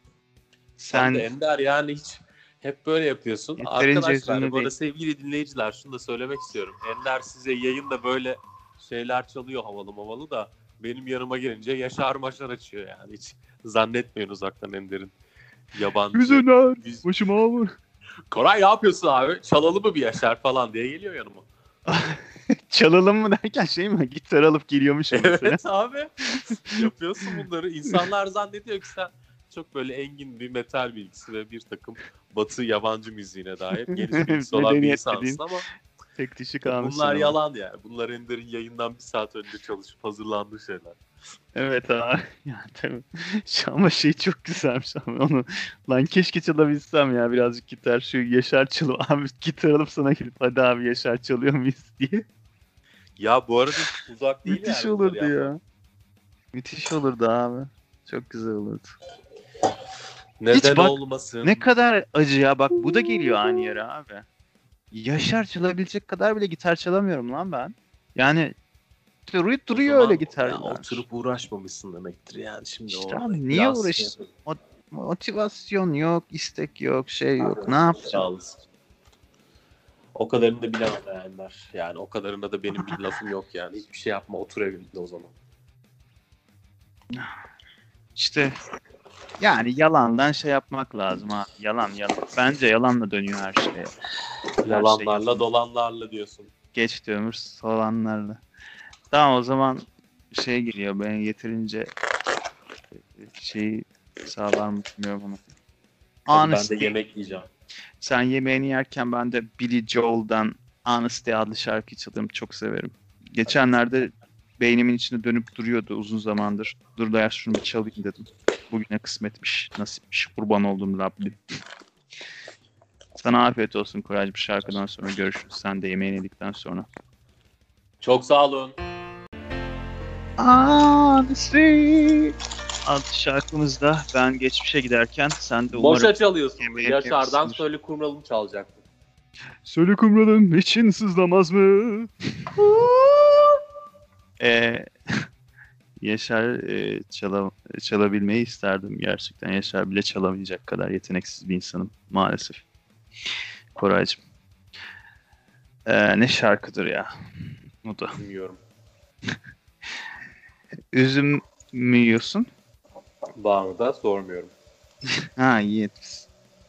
Sen Sen de Ender yani hiç hep böyle yapıyorsun. yeterince Arkadaşlar hüzünlü bu arada değil. sevgili dinleyiciler şunu da söylemek istiyorum. Ender size yayında böyle şeyler çalıyor havalı mavalı da benim yanıma gelince Yaşar maşar açıyor yani. Hiç zannetmeyin uzaktan Ender'in yabancı. Hüzünler Biz... başıma vur. Koray ne yapıyorsun abi? Çalalım mı bir Yaşar falan diye geliyor yanıma. Çalalım mı derken şey mi? Gitar alıp geliyormuşum mesela. Evet abi. Yapıyorsun bunları. İnsanlar zannediyor ki sen çok böyle engin bir metal bilgisi ve bir takım batı yabancı müziğine dair geniş bilgisi olan bir Medeniyet insansın dediğin ama tek dişi kalmış. bunlar ama. yalan yani. Bunlar Ender'in yayından bir saat önce çalışıp hazırlandığı şeyler. Evet abi. Ya tabii. Şu ama şey çok güzelmiş ama onu lan keşke çalabilsem ya birazcık gitar şu Yaşar çalıp abi gitar alıp sana gelip hadi abi Yaşar çalıyor muyuz diye. Ya bu arada uzak değil Müthiş yani bunları olurdu yapmak. ya. Müthiş olurdu abi. Çok güzel olurdu. Neden bak, olmasın? Ne kadar acı ya bak bu da geliyor aynı yere abi. Yaşar çalabilecek kadar bile gitar çalamıyorum lan ben. Yani duruyor, O duruyor zaman öyle ya gitarlar. oturup uğraşmamışsın demektir yani. Şimdi İşte orada abi niye biraz uğraşıyorsun? şey Mo- Motivasyon yok, istek yok, şey yok. Ne yapacağım? Sağ olasın. O kadarını da bilemem Ender. Yani o kadarına da benim bir lafım yok yani. Hiçbir şey yapma otur evinde o zaman. İşte yani yalandan şey yapmak lazım ha. Yalan yalan. Bence yalanla dönüyor her şey. Her şey Yalanlarla yalan. dolanlarla diyorsun. Geç ömür solanlarla. Tamam o zaman şey geliyor ben yeterince şeyi sağlar mı bilmiyorum ama. Hadi ben Honesty. de yemek yiyeceğim. Sen yemeğini yerken ben de Billy Joel'dan Honesty adlı şarkıyı çalıyorum. Çok severim. Geçenlerde beynimin içinde dönüp duruyordu uzun zamandır. Dur da ya şunu bir çalayım dedim. Bugüne kısmetmiş, nasipmiş. Kurban olduğum Rabbim. Sana afiyet olsun Koraycığım. Şarkıdan sonra görüşürüz. Sen de yemeğini yedikten sonra. Çok sağ olun. Honesty adlı şarkımızda ben geçmişe giderken sen de umarım... Boşa çalıyorsun. yemeği Yaşar'dan yemişsindir. söyle kumralım çalacaktım. Söyle kumralın için sızlamaz mı? Ee, Yaşar e, çala, çalabilmeyi isterdim gerçekten. Yaşar bile çalamayacak kadar yeteneksiz bir insanım maalesef. Koraycığım. Ee, ne şarkıdır ya. O da. Bilmiyorum. Üzüm mü yiyorsun? Bağını da sormuyorum. Ha iyi etmişsin.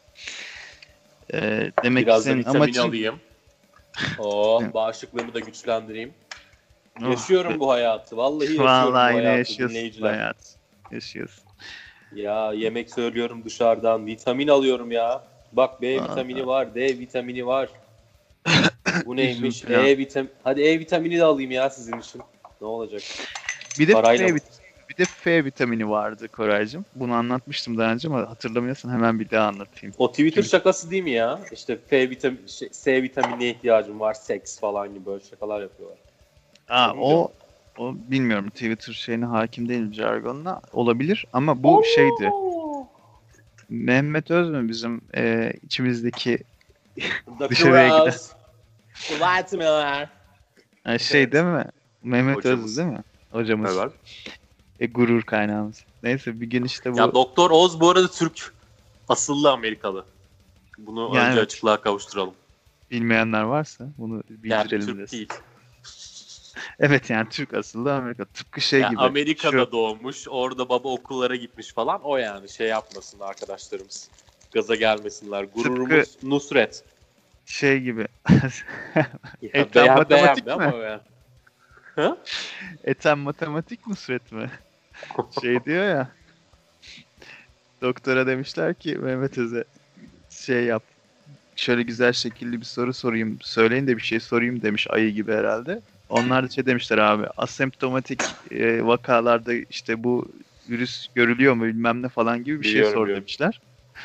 Ee, demek Biraz ki da senin vitamin amacın... alayım. Oh, bağışıklığımı da güçlendireyim. Yaşıyorum bu hayatı. Vallahi yaşıyorum Vallahi bu yine hayatı yaşıyorsun dinleyiciler. hayat. Yaşıyorsun. Ya yemek söylüyorum dışarıdan. Vitamin alıyorum ya. Bak B Vallahi. vitamini var. D vitamini var. Bu neymiş? Üzüm falan. E vitamini. Hadi E vitamini de alayım ya sizin için. Ne olacak? Bir de Parayla. B, vit- Bir de F vitamini vardı Koraycığım. Bunu anlatmıştım daha önce ama hatırlamıyorsan hemen bir daha anlatayım. O Twitter Çünkü... şakası değil mi ya? İşte F vitamin, şey, C vitaminine ihtiyacım var, seks falan gibi böyle şakalar yapıyorlar. Aa, o, o bilmiyorum, Twitter şeyine hakim değilim, jargonuna. Olabilir ama bu Oo! şeydi. Mehmet Öz mü bizim e, içimizdeki dışarıya giden? Vitaminler. Yani şey evet. Değil mi? Mehmet Hocamız. Öz değil mi? Hocamız. Evet. E, gurur kaynağımız. Neyse bir gün işte bu... Ya Doktor Oz bu arada Türk. Asıllı Amerikalı. Bunu yani önce evet. açıklığa kavuşturalım. Bilmeyenler varsa bunu bildirelim. Yani Türk desin. Değil. Evet yani Türk asıllı Amerika. Tıpkı şey ya gibi. Amerika'da Şu... doğmuş. Orada baba okullara gitmiş falan. O yani şey yapmasın arkadaşlarımız. Gaza gelmesinler. Gururumuz Tıpkı... Nusret. Şey gibi. Etem matematik mi? Ama yani. Ha? Etem matematik Nusret mi? Şey diyor ya. Doktora demişler ki Mehmet Öz'e şey yap. Şöyle güzel şekilli bir soru sorayım. Söyleyin de bir şey sorayım demiş, ayı gibi herhalde. Onlar da şey demişler abi. Asemptomatik e, vakalarda işte bu virüs görülüyor mu bilmem ne falan gibi bir Biliyorum, şey sor biliyorum. demişler.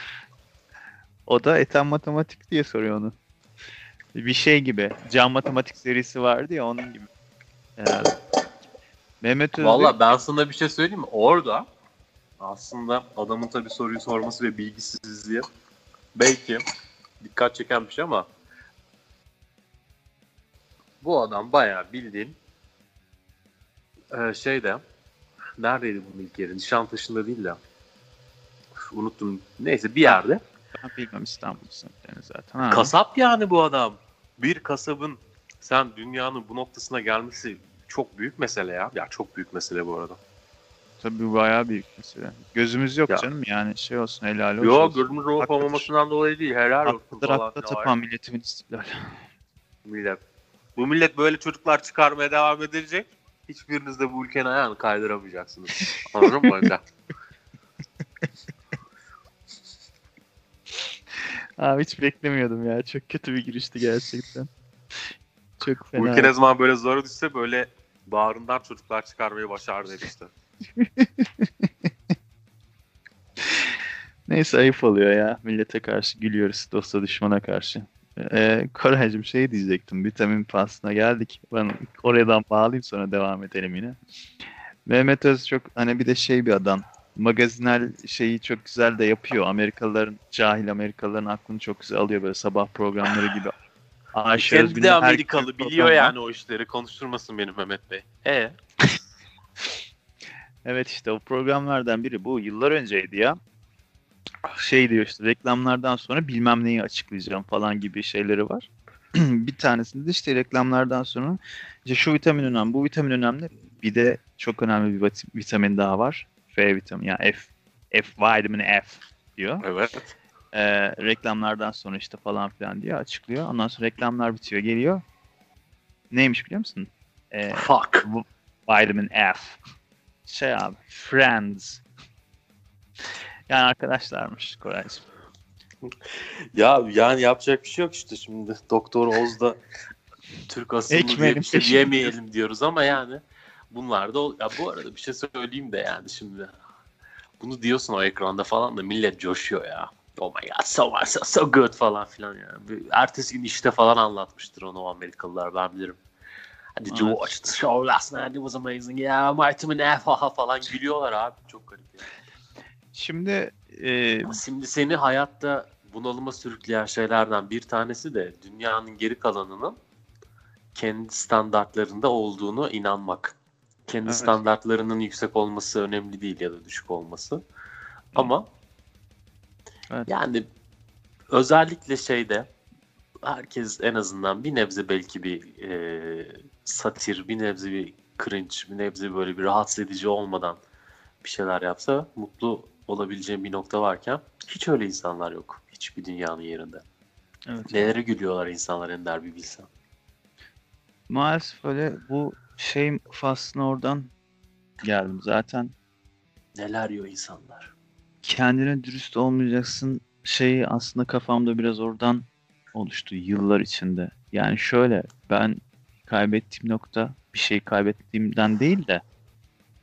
O da etem matematik diye soruyor onu. Bir şey gibi. Can matematik serisi vardı ya, onun gibi. Herhalde. Mehmet Öz. Valla ben sana bir şey söyleyeyim mi? Orada aslında adamın tabii soruyu sorması ve bilgisizliği belki dikkat çeken bir şey ama bu adam bayağı bildiğin e, şeyde neredeydi bunun ilk yeri? Nişantaşı'nda değil de unuttum. Neyse bir yerde. Ben bilmem, İstanbul semtlerini zaten. Ha. Kasap yani bu adam. Bir kasabın sen dünyanın bu noktasına gelmesi çok büyük mesele ya. Ya çok büyük mesele bu arada. Tabii bayağı büyük mesele. Gözümüz yok ya. Canım yani şey olsun, helal olsun. Yok gözümüz olup olmamasından dolayı değil. Helal olsun Haklıdır, falan. Haklıdır tapan milletimin istiklali. Millet. Bu millet böyle çocuklar çıkarmaya devam edecek. Hiçbiriniz de bu ülkenin ayağını kaydıramayacaksınız. Anladın mı hocam? Abi hiç beklemiyordum ya. Çok kötü bir girişti gerçekten. Çok fena. Bu ülke ne zaman böyle zora düşse böyle bağrından çocuklar çıkarmayı başardı işte. Neyse ayıp oluyor ya. Millete karşı gülüyoruz. Dosta düşmana karşı. Ee, Koraycığım şey diyecektim. Vitamin pasına geldik. Ben oradan bağlayayım sonra devam edelim yine. Mehmet Öz çok hani bir de şey bir adam. Magazinel şeyi çok güzel de yapıyor. Amerikalıların, cahil Amerikalıların aklını çok güzel alıyor böyle sabah programları gibi. Ayşe Kendi de Amerikalı biliyor yani o işleri. Konuşturmasın benim Mehmet Bey. Ee? Evet işte o programlardan biri bu. Yıllar önceydi ya. Şey diyor işte reklamlardan sonra bilmem neyi açıklayacağım falan gibi şeyleri var. Bir tanesinde işte reklamlardan sonra işte şu vitamin önemli, bu vitamin önemli. Bir de çok önemli bir vitamin daha var. F vitamini yani F, F vitamini F diyor. Evet. Ee, reklamlardan sonra işte falan filan diye açıklıyor. Ondan sonra reklamlar bitiyor, geliyor. Neymiş biliyor musun? Ee, Fuck. Vitamin F. Şey abi, Friends. Yani arkadaşlarmış Koraycığım. Ya yani yapacak bir şey yok işte şimdi. Doktor Oz'da Türk asıllı diye bir şey diyemeyelim diyoruz ama yani bunlar da ya bu arada bir şey söyleyeyim de yani şimdi bunu diyorsun o ekranda falan da millet coşuyor ya. Oh my god so much so, so good falan filan yani. Ertesi gün işte falan anlatmıştır onu o Amerikalılar ben bilirim. Did you watch the show last night? It was amazing. Yeah, vitamin F falan gülüyorlar abi. Çok garip yani. Şimdi e... şimdi seni hayatta bunalıma sürükleyen şeylerden bir tanesi de dünyanın geri kalanının kendi standartlarında olduğunu inanmak. Kendi evet. standartlarının yüksek olması önemli değil ya da düşük olması. Hı. Ama evet. yani özellikle şeyde herkes en azından bir nebze belki bir e, satir, bir nebze bir cringe, bir nebze böyle bir rahatsız edici olmadan bir şeyler yapsa mutlu olabileceğim bir nokta varken hiç öyle insanlar yok. Hiçbir dünyanın yerinde. Evet. Nelere gülüyorlar insanlar Ender bir bilsen. Maalesef öyle bu şey faslına oradan geldim zaten. Neler yiyor insanlar. Kendine dürüst olmayacaksın şeyi aslında kafamda biraz oradan oluştu yıllar içinde. Yani şöyle ben kaybettiğim nokta bir şey kaybettiğimden değil de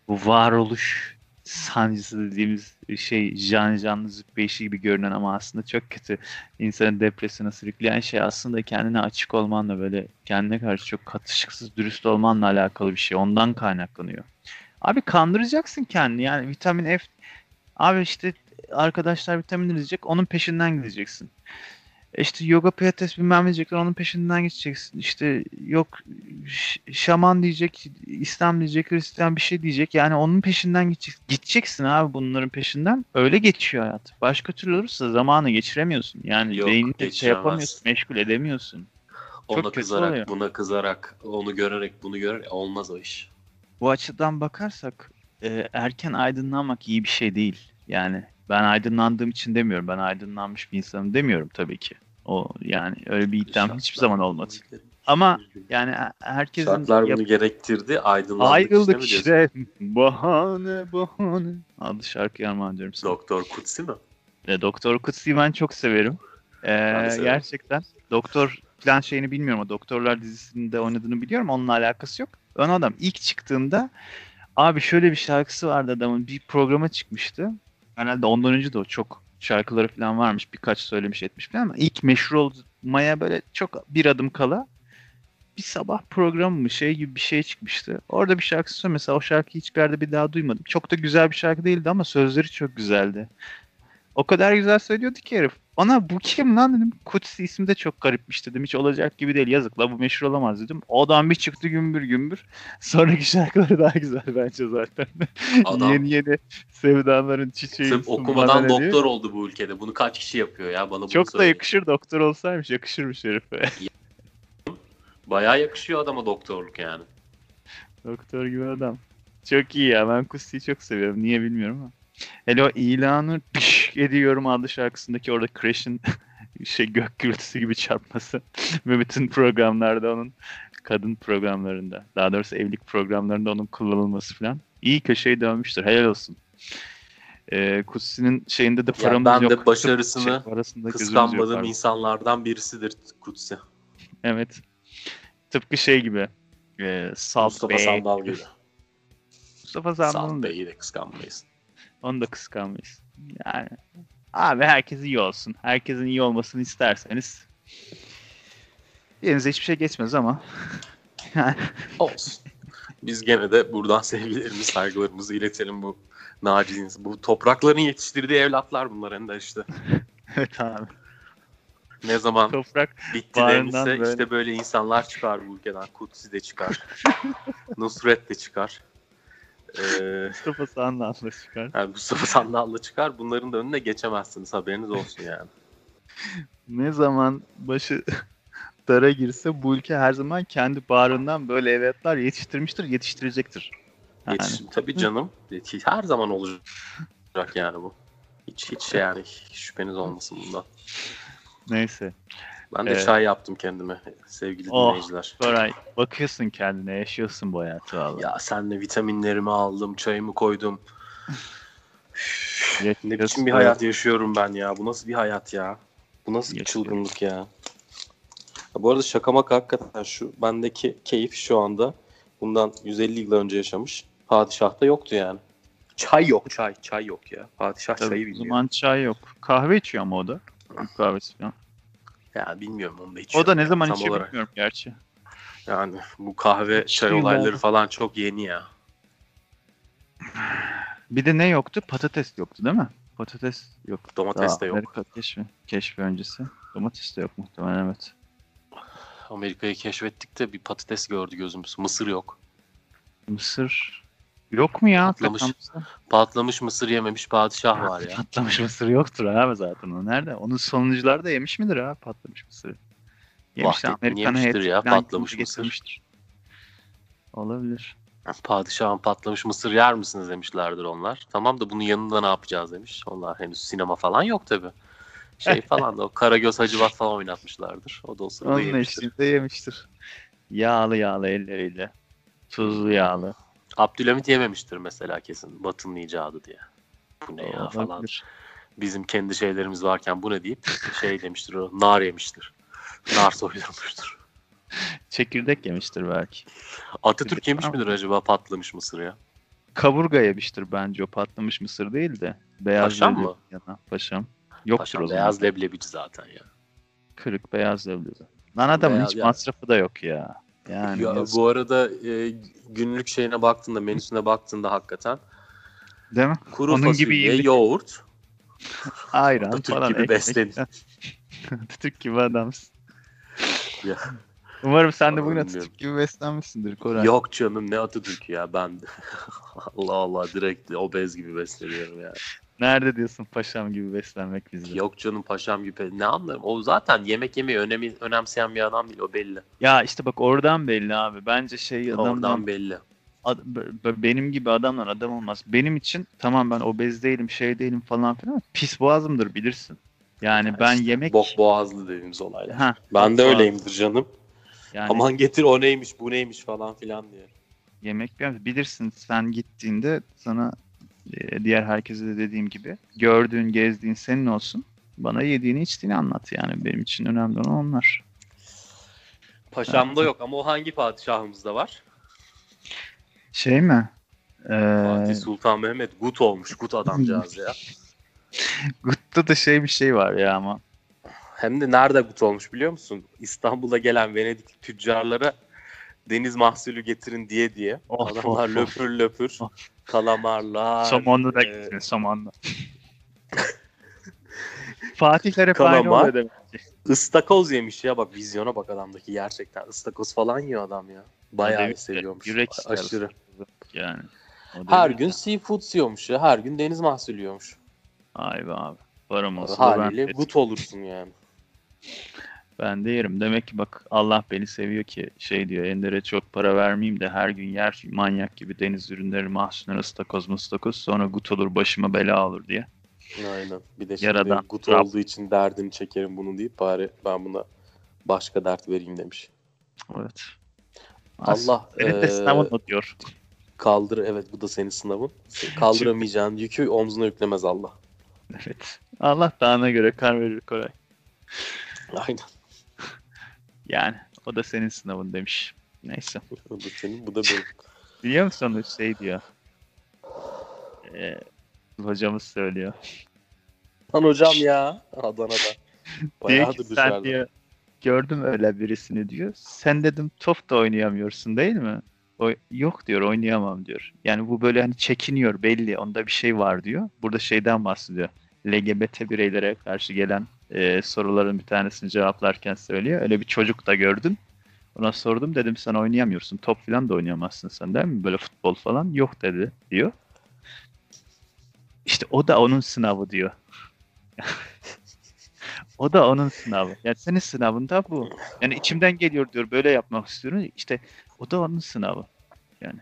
bu varoluş sancısı dediğimiz şey can canlı züppe işi gibi görünen ama aslında çok kötü. İnsanı depresyona sürükleyen şey aslında kendine açık olmanla böyle kendine karşı çok katışıksız dürüst olmanla alakalı bir şey. Ondan kaynaklanıyor. Abi kandıracaksın kendini yani vitamin F. Abi işte arkadaşlar vitamin diyecek onun peşinden gideceksin. E İşte yoga pilates bilmem ne diyecekler onun peşinden gideceksin. İşte yok ş- şaman diyecek, İslam diyecek, Hristiyan bir şey diyecek. Yani onun peşinden gideceksin. Gideceksin abi bunların peşinden. Öyle geçiyor hayat. Başka türlü olursa zamanı geçiremiyorsun. Yani Yok, beynini şey yapamıyorsun, geçiremez. meşgul edemiyorsun. Ona Çok kötü oluyor. kızarak, buna kızarak, onu görerek, bunu görerek olmaz o iş. Bu açıdan bakarsak e, erken aydınlanmak iyi bir şey değil. Yani ben aydınlandığım için demiyorum. Ben aydınlanmış bir insanım demiyorum tabii ki. O yani öyle bir iddiam hiçbir Şartlar zaman bunu olmadı. gerektirdi. Ama yani e- herkesin Şartlar yap bunu gerektirdi. Aydınlandık işte ayrıldık mi diyorsun? işte bahane bahane adlı şarkıyı armağan ediyorum sana. Doktor Kutsi mi? E, Doktor Kutsi'yi ben çok severim. E, Ben de severim. gerçekten. Doktor falan şeyini bilmiyorum ama Doktorlar dizisinde oynadığını biliyorum. Onunla alakası yok. Ön adam ilk çıktığında abi şöyle bir şarkısı vardı adamın. Bir programa çıkmıştı. Herhalde ondan önce de o çok şarkıları falan varmış. Birkaç söylemiş etmiş falan ama ilk meşhur olmaya böyle çok bir adım kala bir sabah programı mı şey gibi bir şey çıkmıştı. Orada bir şarkı söylüyor. Mesela o şarkıyı hiçbir yerde bir daha duymadım. Çok da güzel bir şarkı değildi ama sözleri çok güzeldi. O kadar güzel söylüyordu ki herif. Ona bu kim lan dedim. Kutsi ismi de çok garipmiş dedim. Hiç olacak gibi değil. Yazık la bu meşhur olamaz dedim. O adam bir çıktı gümbür gümbür. Sonraki şarkıları daha güzel bence zaten. Adam Yeni yeni sevdaların sırf çiçeğisin bana okumadan ne diyor. doktor oldu bu ülkede. Bunu kaç kişi yapıyor ya? Bana bunu Çok da söyleyin. yakışır doktor olsaymış. Yakışırmış herife. Bayağı yakışıyor adama doktorluk yani. Doktor gibi adam. Çok iyi ya. Ben Kutsi'yi çok seviyorum. Niye bilmiyorum ama. Hele o ilanı piş ediyorum adlı şarkısındaki orada Crash'in şey gök gürültüsü gibi çarpması ve bütün programlarda onun kadın programlarında daha doğrusu evlilik programlarında onun kullanılması falan iyi köşeyi dönmüştür. Helal olsun. Ee, Kutsi'nin şeyinde de Ya paramız ben de yok. başarısını Şey, parasında gözümüz yok. kıskanmadığım Pardon. insanlardan birisidir Kutsi. Evet. Tıpkı şey gibi. E, Salt Mustafa Bey. Sandal gibi. Mustafa Salt Sandal'ın da Bey'i de kıskanmayız. onu da kıskanmayız. Yani abi herkes iyi olsun. Herkesin iyi olmasını isterseniz elinize hiçbir şey geçmez ama yani Olsun. Biz gene de buradan sevgilerimizi, saygılarımızı iletelim bu naciz, bu toprakların yetiştirdiği evlatlar bunlar Ender işte. evet abi. Ne zaman Toprak bitti bağrından denilse böyle işte böyle insanlar çıkar bu ülkeden. Kutsi de çıkar. Nusret de çıkar. Ee, Mustafa Sandal'la çıkar. yani Mustafa Sandal'la çıkar. Bunların da önüne geçemezsiniz. Haberiniz olsun yani. Ne zaman başı dara girse bu ülke her zaman kendi bağrından böyle evlatlar yetiştirmiştir, yetiştirecektir. Yani. Yetişim tabii canım. Her zaman olacak yani bu. Hiç hiç yani hiç şüpheniz olmasın bundan. Neyse. Ben de Ee, çay yaptım kendime sevgili Oh, dinleyiciler. Koray, bakıyorsun kendine, yaşıyorsun bu hayatı valla. Ya senle vitaminlerimi aldım, çayımı koydum. Ne biçim bir hayat yaşıyorum ben ya. Bu nasıl bir hayat ya? Bu nasıl bir Yaşıyor. çılgınlık ya? Ya bu arada şaka maka hakikaten şu bendeki keyif şu anda bundan yüz elli yıl önce yaşamış. Padişah'ta yoktu yani. Çay yok, çay, çay yok ya. Padişah Tabii, çayı o bilmiyor. zaman çay yok. Kahve içiyor ama o da. Türk kahvesi falan. Ya bilmiyorum onu da içiyorum. O da ne ya, zaman tam içiyor olarak. bilmiyorum gerçi. Yani bu kahve çay İçtiğim olayları oldu. falan çok yeni ya. Bir de ne yoktu? Patates yoktu değil mi? Patates yok. Domates Daha de yok. Amerika keşfi, keşfi öncesi. Domates de yok muhtemelen evet. Amerika'yı keşfettik de bir patates gördü gözümüz. Mısır yok. Mısır yok mu ya? Patlamış. Hakikaten mısır? Patlamış mısır yememiş padişah var ya. Patlamış mısır yoktur abi zaten o. Nerede? Onun sonuncuları da yemiş midir abi patlamış mısırı? Yemişler. Vahdettin Amerikan yemiştir heyeti ya falan patlamış mısır. getirmiştir. Olabilir. Padişahın patlamış mısır yer misiniz demişlerdir onlar. Tamam da bunun yanında ne yapacağız demiş. Onlar henüz sinema falan yok tabi. Şey falan da o Karagöz Hacivat falan oynatmışlardır. O da o sırada Onun yemiştir. eşliğinde yemiştir. Yağlı yağlı elleriyle. Tuzlu yağlı. Abdülhamit yememiştir mesela kesin. Batı'nın icadı diye. Bu ne ya Olabilir. falan. Bizim kendi şeylerimiz varken bu ne deyip şey demiştir o. Nar yemiştir. Nar soydurmuştur. Çekirdek yemiştir belki. Atatürk yemiş Ama- midir acaba patlamış mısır ya? kaburga yemiştir bence o, patlamış mısır değil de. Beyaz Paşam leblebi mı? yana paşam. Yoktur Paşam o zaman. beyaz leblebici zaten ya. Kırık beyaz leblebi. Lan adamın Beyaz hiç ya. masrafı da yok ya. Yani Ya yazık. bu arada e, günlük şeyine baktığında, menüsüne baktığında hakikaten Değil mi? kuru Onun gibi fasulye, iyilik. yoğurt, Ayran Atatürk falan, gibi ekmek. beslen. Atatürk gibi adamsın. Ya, Umarım sen de bugün bilmiyorum. Atatürk gibi beslenmişsindir Koray. Yok canım, ne Atatürk ya, ben Allah Allah direkt obez gibi besleniyorum ya. Nerede diyorsun paşam gibi beslenmek bizde? Yok canım, paşam gibi, ne anlarım. O zaten yemek yemeyi önemi, önemseyen bir adam değil, o belli. Ya işte bak oradan belli abi. Bence şey adamdan Oradan belli. ad- b- benim gibi adamlar adam olmaz. Benim için tamam, ben obez değilim, şey değilim falan filan, ama pis boğazımdır bilirsin. Yani Ya ben işte, yemek bok boğazlı dediğimiz olaylar. ha Ben de öyleyimdir canım. yani Aman getir, o neymiş bu neymiş falan filan diye. yemek bir- bilirsin, sen gittiğinde sana e, diğer herkese de dediğim gibi, gördüğün, gezdiğin senin olsun. Bana yediğini içtiğini anlat yani, benim için önemli olan onlar. Paşamda yok ama o hangi padişahımızda var? Şey mi? Fatih Ee, Sultan Mehmet gut olmuş, gut adamcağız ya. Gut'ta da şey bir şey var ya ama. Hem de nerede gut olmuş biliyor musun? İstanbul'a gelen Venedik tüccarlara deniz mahsulü getirin diye diye. Of, Adamlar of, of. löpür löpür Of. kalamarlar. Somonlu da e, gitsin, somonlu. Fatihler hep aynı Kalamar. oluyor demek ki. ıstakoz yemiş ya, bak vizyona bak adamdaki, gerçekten ıstakoz falan yiyor adam ya. Bayağı Demek ki seviyormuş. Yürek ister Aşırı. yani. O Her devir- gün seafood yiyormuş ya. Her gün deniz mahsulü yiyormuş. Ay be abi. Param olsa da ben, Haliyle de- gut olursun yani. ben de yerim. Demek ki bak, Allah beni seviyor ki şey diyor, Ender'e çok para vermeyeyim de her gün yer manyak gibi deniz ürünleri, mahsulleri, ıstakoz mustakoz, sonra gut olur, başıma bela olur diye. Aynen. Bir de şimdi Yaradan, gut Rab. olduğu için derdini çekerim bunu deyip bari ben buna başka dert vereyim demiş. Evet. Allah Senin de eee, sınavın o diyor. kaldır, evet bu da senin sınavın. Kaldıramayacağın yükü omzuna yüklemez Allah. Evet. Allah dağına göre kar verir Koray. Aynen. Yani o da senin sınavın demiş. Neyse. Bu da senin, bu da benim. Biliyor musun onu, şey diyor. Ee, hocamız söylüyor. Lan hocam ya Adana'da. Diyor ki Bayağıdır sen dışarıda. diyor, gördüm öyle birisini diyor. Sen dedim top da oynayamıyorsun değil mi? O, yok diyor, oynayamam diyor. Yani bu böyle hani çekiniyor, belli onda bir şey var diyor. Burada şeyden bahsediyor. L G B T bireylere karşı gelen e, soruların bir tanesini cevaplarken söylüyor. Öyle bir çocuk da gördüm. Ona sordum, dedim sen oynayamıyorsun. Top falan da oynayamazsın sen değil mi? Böyle futbol falan. Yok dedi diyor. İşte o da onun sınavı diyor. O da onun sınavı. Yani senin sınavın da bu. Yani içimden geliyor diyor, böyle yapmak istiyorum. İşte o da onun sınavı. Yani.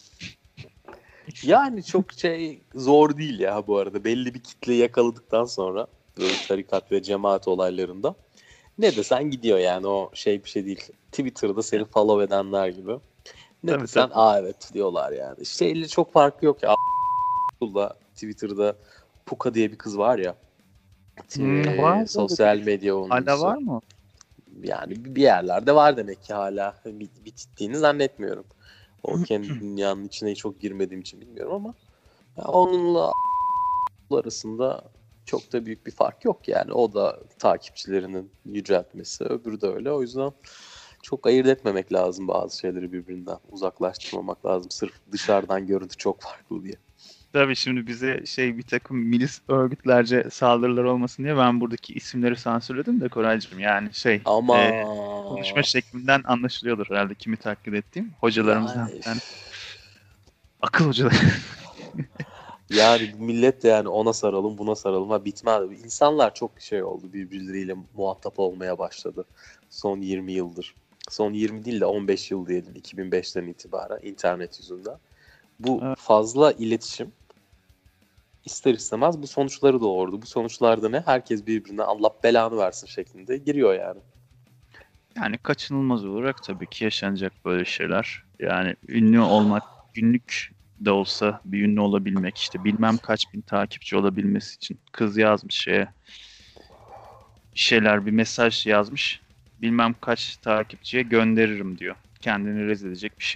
Yani çok şey zor değil ya bu arada. Belli bir kitleyi yakaladıktan sonra böyle tarikat ve cemaat olaylarında ne desen gidiyor yani, o şey bir şey değil. Twitter'da seni follow edenler gibi. Ne Tabii, desen tabii. aa evet diyorlar yani. Şeyle çok farkı yok ya. Abdullah Twitter'da Puka diye bir kız var ya. Hmm, Ee, var. sosyal medya Hala oyuncusu. var mı? Yani bir yerlerde var demek ki hala. Bit- Bittiğini zannetmiyorum. O kendi dünyanın içine çok girmediğim için bilmiyorum ama ya onunla arasında çok da büyük bir fark yok yani. O da takipçilerinin yüceltmesi, öbürü de öyle. O yüzden çok ayırt etmemek lazım bazı şeyleri birbirinden. Uzaklaştırmamak lazım. Sırf dışarıdan görüntü çok farklı diye. Tabii şimdi bize şey bir takım milis örgütlerce saldırılar olmasın diye ben buradaki isimleri sansürledim de Koraycığım, yani şey Ama e, konuşma şeklimden anlaşılıyordur herhalde kimi taklit ettiğim. Hocalarımızdan yani, bir tane. Akıl hocaları. yani millet de yani ona saralım buna saralım ha bitmez. İnsanlar çok şey oldu, birbirleriyle muhatap olmaya başladı son yirmi yıldır. Son yirmi değil de on beş yıl diyelim, iki bin beşten itibaren internet yüzünden. Bu Evet. fazla iletişim ister istemez bu sonuçları doğurdu. Bu sonuçlarda ne? Herkes birbirine Allah belanı versin şeklinde giriyor yani. Yani kaçınılmaz olarak tabii ki yaşanacak böyle şeyler. Yani ünlü olmak, günlük de olsa bir ünlü olabilmek, işte bilmem kaç bin takipçi olabilmesi için kız yazmış şeye bir şeyler, bir mesaj yazmış. Bilmem kaç takipçiye gönderirim diyor. Kendini rezil edecek bir şey.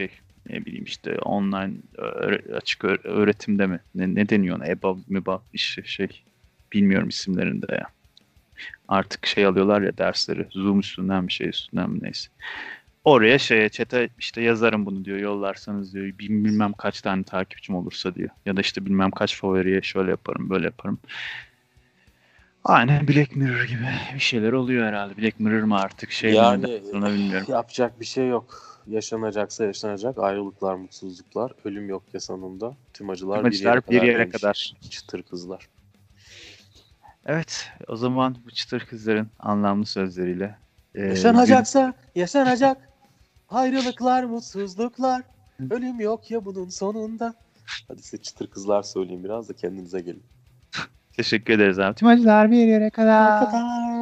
ne bileyim işte online öğre- açık öğ- öğretimde mi? Ne, ne deniyor ona? E B A, MİBA işte şey bilmiyorum isimlerini de ya. Artık şey alıyorlar ya dersleri. Zoom üstünden bir şey üstünden mi neyse. Oraya şeye chat'e işte yazarım bunu diyor. Yollarsanız diyor. Bil- Bilmem kaç tane takipçim olursa diyor. Ya da işte bilmem kaç favoriye şöyle yaparım böyle yaparım. Aynen Black Mirror gibi bir şeyler oluyor herhalde. Black Mirror mı artık şey mi ne Yani dersin ona bilmiyorum. yapacak bir şey yok. Yaşanacaksa yaşanacak. Ayrılıklar, mutsuzluklar. Ölüm yok ya sonunda. Tüm acılar bir yere Tüm bir kadar yere demiş kadar. çıtır kızlar. Evet, o zaman bu çıtır kızların anlamlı sözleriyle e, gün Yaşanacaksa yaşanacak. Ayrılıklar, mutsuzluklar. Ölüm yok ya bunun sonunda. Hadi size çıtır kızlar söyleyeyim biraz da kendinize gelin. teşekkür ederiz abi. Tüm acılar bir yere Ne kadar. kadar?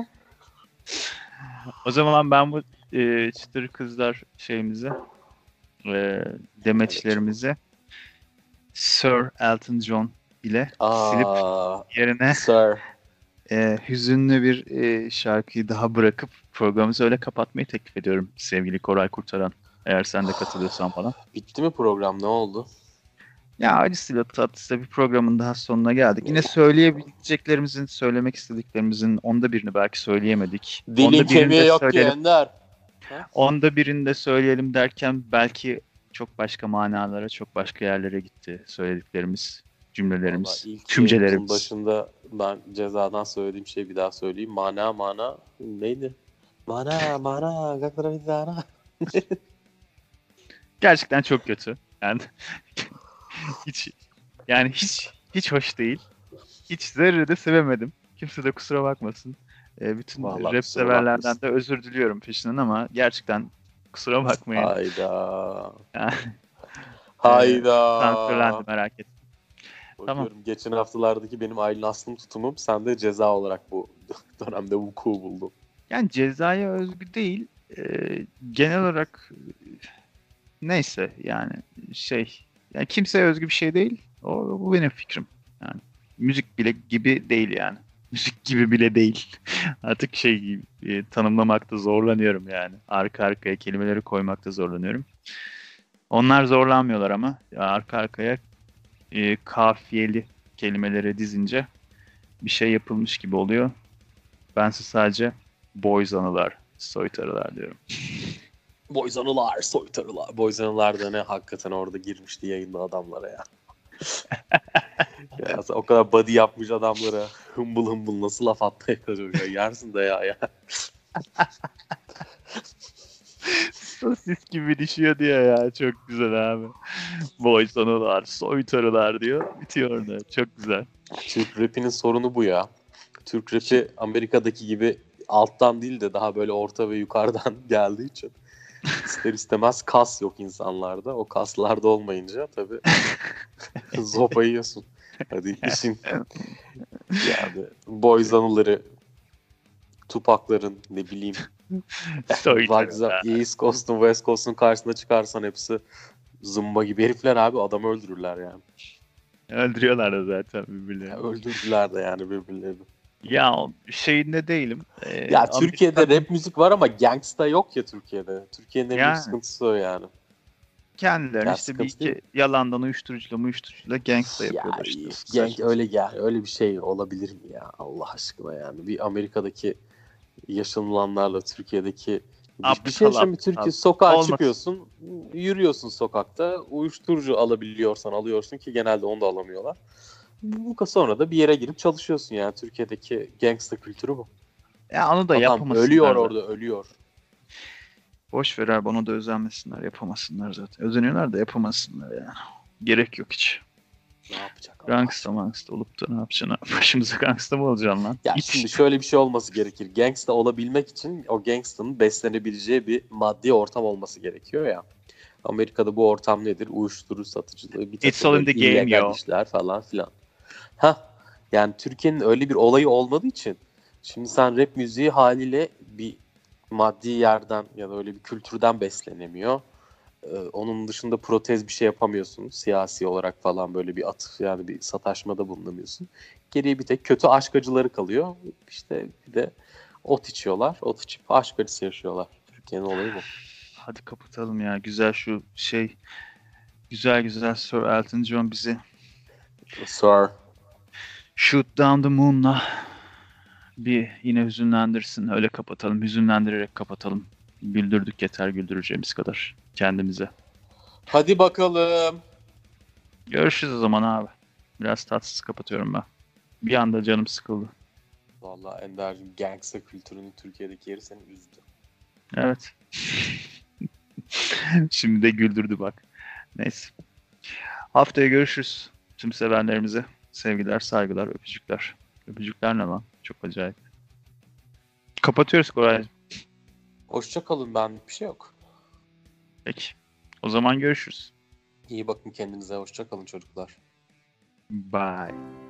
O zaman ben bu e, çıtır kızlar şeyimizi e, Evet canım. demeçlerimizi Sir Elton John ile silip Aa, yerine sir. e, hüzünlü bir e, şarkıyı daha bırakıp programımızı öyle kapatmayı teklif ediyorum sevgili Koray Kurtaran. Eğer sen de katılıyorsan bana. Bitti mi program? Ne oldu? Ya acısıyla tatlısıyla bir programın daha sonuna geldik. Yine söyleyebileceklerimizin, söylemek istediklerimizin onda birini belki söyleyemedik. Dilin Onda birini kemiği de yok ki söyleyelim. Ender. Ha? Onda birini de söyleyelim derken belki çok başka manalara, çok başka yerlere gitti söylediklerimiz, Valla cümlelerimiz, ilk yayınımızın tümcelerimiz. başında ben cezadan söylediğim şeyi bir daha söyleyeyim. Mana mana neydi? Mana mana gaklara bir mana. Gerçekten çok kötü. Yani hiç yani hiç hiç hoş değil. Hiç zerre de sevemedim. Kimse de kusura bakmasın. Ee, bütün Valla rap kusura severlerden bakmasın. de özür diliyorum peşinden ama gerçekten kusura bakmayın. Hayda. Yani, e, Hayda. sansürlendi merak etme. Tamam. Bakıyorum geçen haftalardaki benim Aylin Aslım tutumum sende ceza olarak bu dönemde vuku buldu. Yani cezaya özgü değil. e, genel olarak e, neyse yani şey yani kimseye özgü bir şey değil. O bu benim fikrim. Yani müzik bile gibi değil yani. Müzik gibi bile değil. Artık şey gibi, e, tanımlamakta zorlanıyorum yani. Arka arkaya kelimeleri koymakta zorlanıyorum. Onlar zorlanmıyorlar ama ya arka arkaya e, kafiyeli kelimeleri dizince bir şey yapılmış gibi oluyor. Bense sadece boys anılar, soytarılar diyorum. Boyzanılar, soytarılar. Boyzanılar da ne hakikaten orada girmişti yayında adamlara ya. Ya o kadar body yapmış adamlara hımbıl hımbıl nasıl laf atmaya çalışıyor ya. Yersin de ya ya. Sosis gibi düşüyor diyor ya. Çok güzel abi. Boys anılar, soytarılar diyor. Bitiyor orada. Çok güzel. Türk rapinin sorunu bu ya. Türk rapi Amerika'daki gibi alttan değil de daha böyle orta ve yukarıdan geldiği için ister istemez kas yok insanlarda. O kaslarda olmayınca tabii zopa yiyorsun. Hadi işin yani boys anıları, Tupac'ların ne bileyim Soytarılar. East Coast'un West Coast'un karşısına çıkarsan hepsi zımba gibi herifler abi, adamı öldürürler yani. Öldürüyorlar da zaten Ya birbirlerini. öldürdüler de yani birbirlerini. Ya o şeyinde değilim. Ee, Ya Türkiye'de Amerika'nın rap müzik var ama gangsta yok ya Türkiye'de. Türkiye'nin en büyük yani sıkıntısı o yani. kendilerini Ya işte bir sıkıntı değil. iki yalandan uyuşturucuyla uyuşturucuyla gangsta Ya yapıyorlar işte. gang Saçma. öyle gel öyle bir şey olabilir mi ya Allah aşkına yani. Bir Amerika'daki yaşanılanlarla Türkiye'deki bir, bir şey Aptal yaşamıyor. Türkiye aptal. sokağa Olmasın. çıkıyorsun, yürüyorsun sokakta, uyuşturucu alabiliyorsan alıyorsun ki genelde onu da alamıyorlar. Bu bu- sonra da bir yere girip çalışıyorsun yani. Türkiye'deki gangsta kültürü bu. Ya onu da Adam yapamasınlar ölüyor zaten. orada, ölüyor. Boş ver abi onu da özenmesinler. Yapamasınlar zaten. Özeniyorlar da yapamasınlar ya. Gerek yok hiç. Ne yapacak Allah Gangsta aşkına? mangsta olup da ne yapacaksın? Başımıza gangsta mı olacaksın lan? Ya Hiç. şimdi şöyle bir şey olması gerekir. Gangsta olabilmek için o gangstanın beslenebileceği bir maddi ortam olması gerekiyor ya. Amerika'da bu ortam nedir? Uyuşturucu satıcılığı, bir It's takım all in böyle the game illegal yo. işler falan filan. Ha, yani Türkiye'nin öyle bir olayı olmadığı için şimdi sen rap müziği haliyle bir maddi yerden ya da öyle bir kültürden beslenemiyor. Ee, onun dışında protez bir şey yapamıyorsun. Siyasi olarak falan böyle bir atıf yani bir sataşmada bulunamıyorsun. Geriye bir tek kötü aşk acıları kalıyor. İşte bir de ot içiyorlar. Ot içip aşk acısı yaşıyorlar. Türkiye'nin olayı bu. Hadi kapatalım ya. Güzel şu şey Güzel güzel Sir Elton John bizi Sir. Shoot Down the Moon'la bir yine hüzünlendirsin. Öyle kapatalım. Hüzünlendirerek kapatalım. Güldürdük yeter güldüreceğimiz kadar kendimize. Hadi bakalım. Görüşürüz o zaman abi. Biraz tatsız kapatıyorum ben. Bir anda canım sıkıldı. Vallahi Ender'cim gangsta kültürünün Türkiye'deki yeri seni üzdü. Evet. Şimdi de güldürdü bak. Neyse. Haftaya görüşürüz. Tüm sevenlerimize sevgiler, saygılar, öpücükler. Öpücükler ne lan? Çok acayip. Kapatıyoruz Koraycığım. Hoşça kalın, benlik bir şey yok. Peki. O zaman görüşürüz. İyi bakın kendinize, hoşça kalın çocuklar. Bye.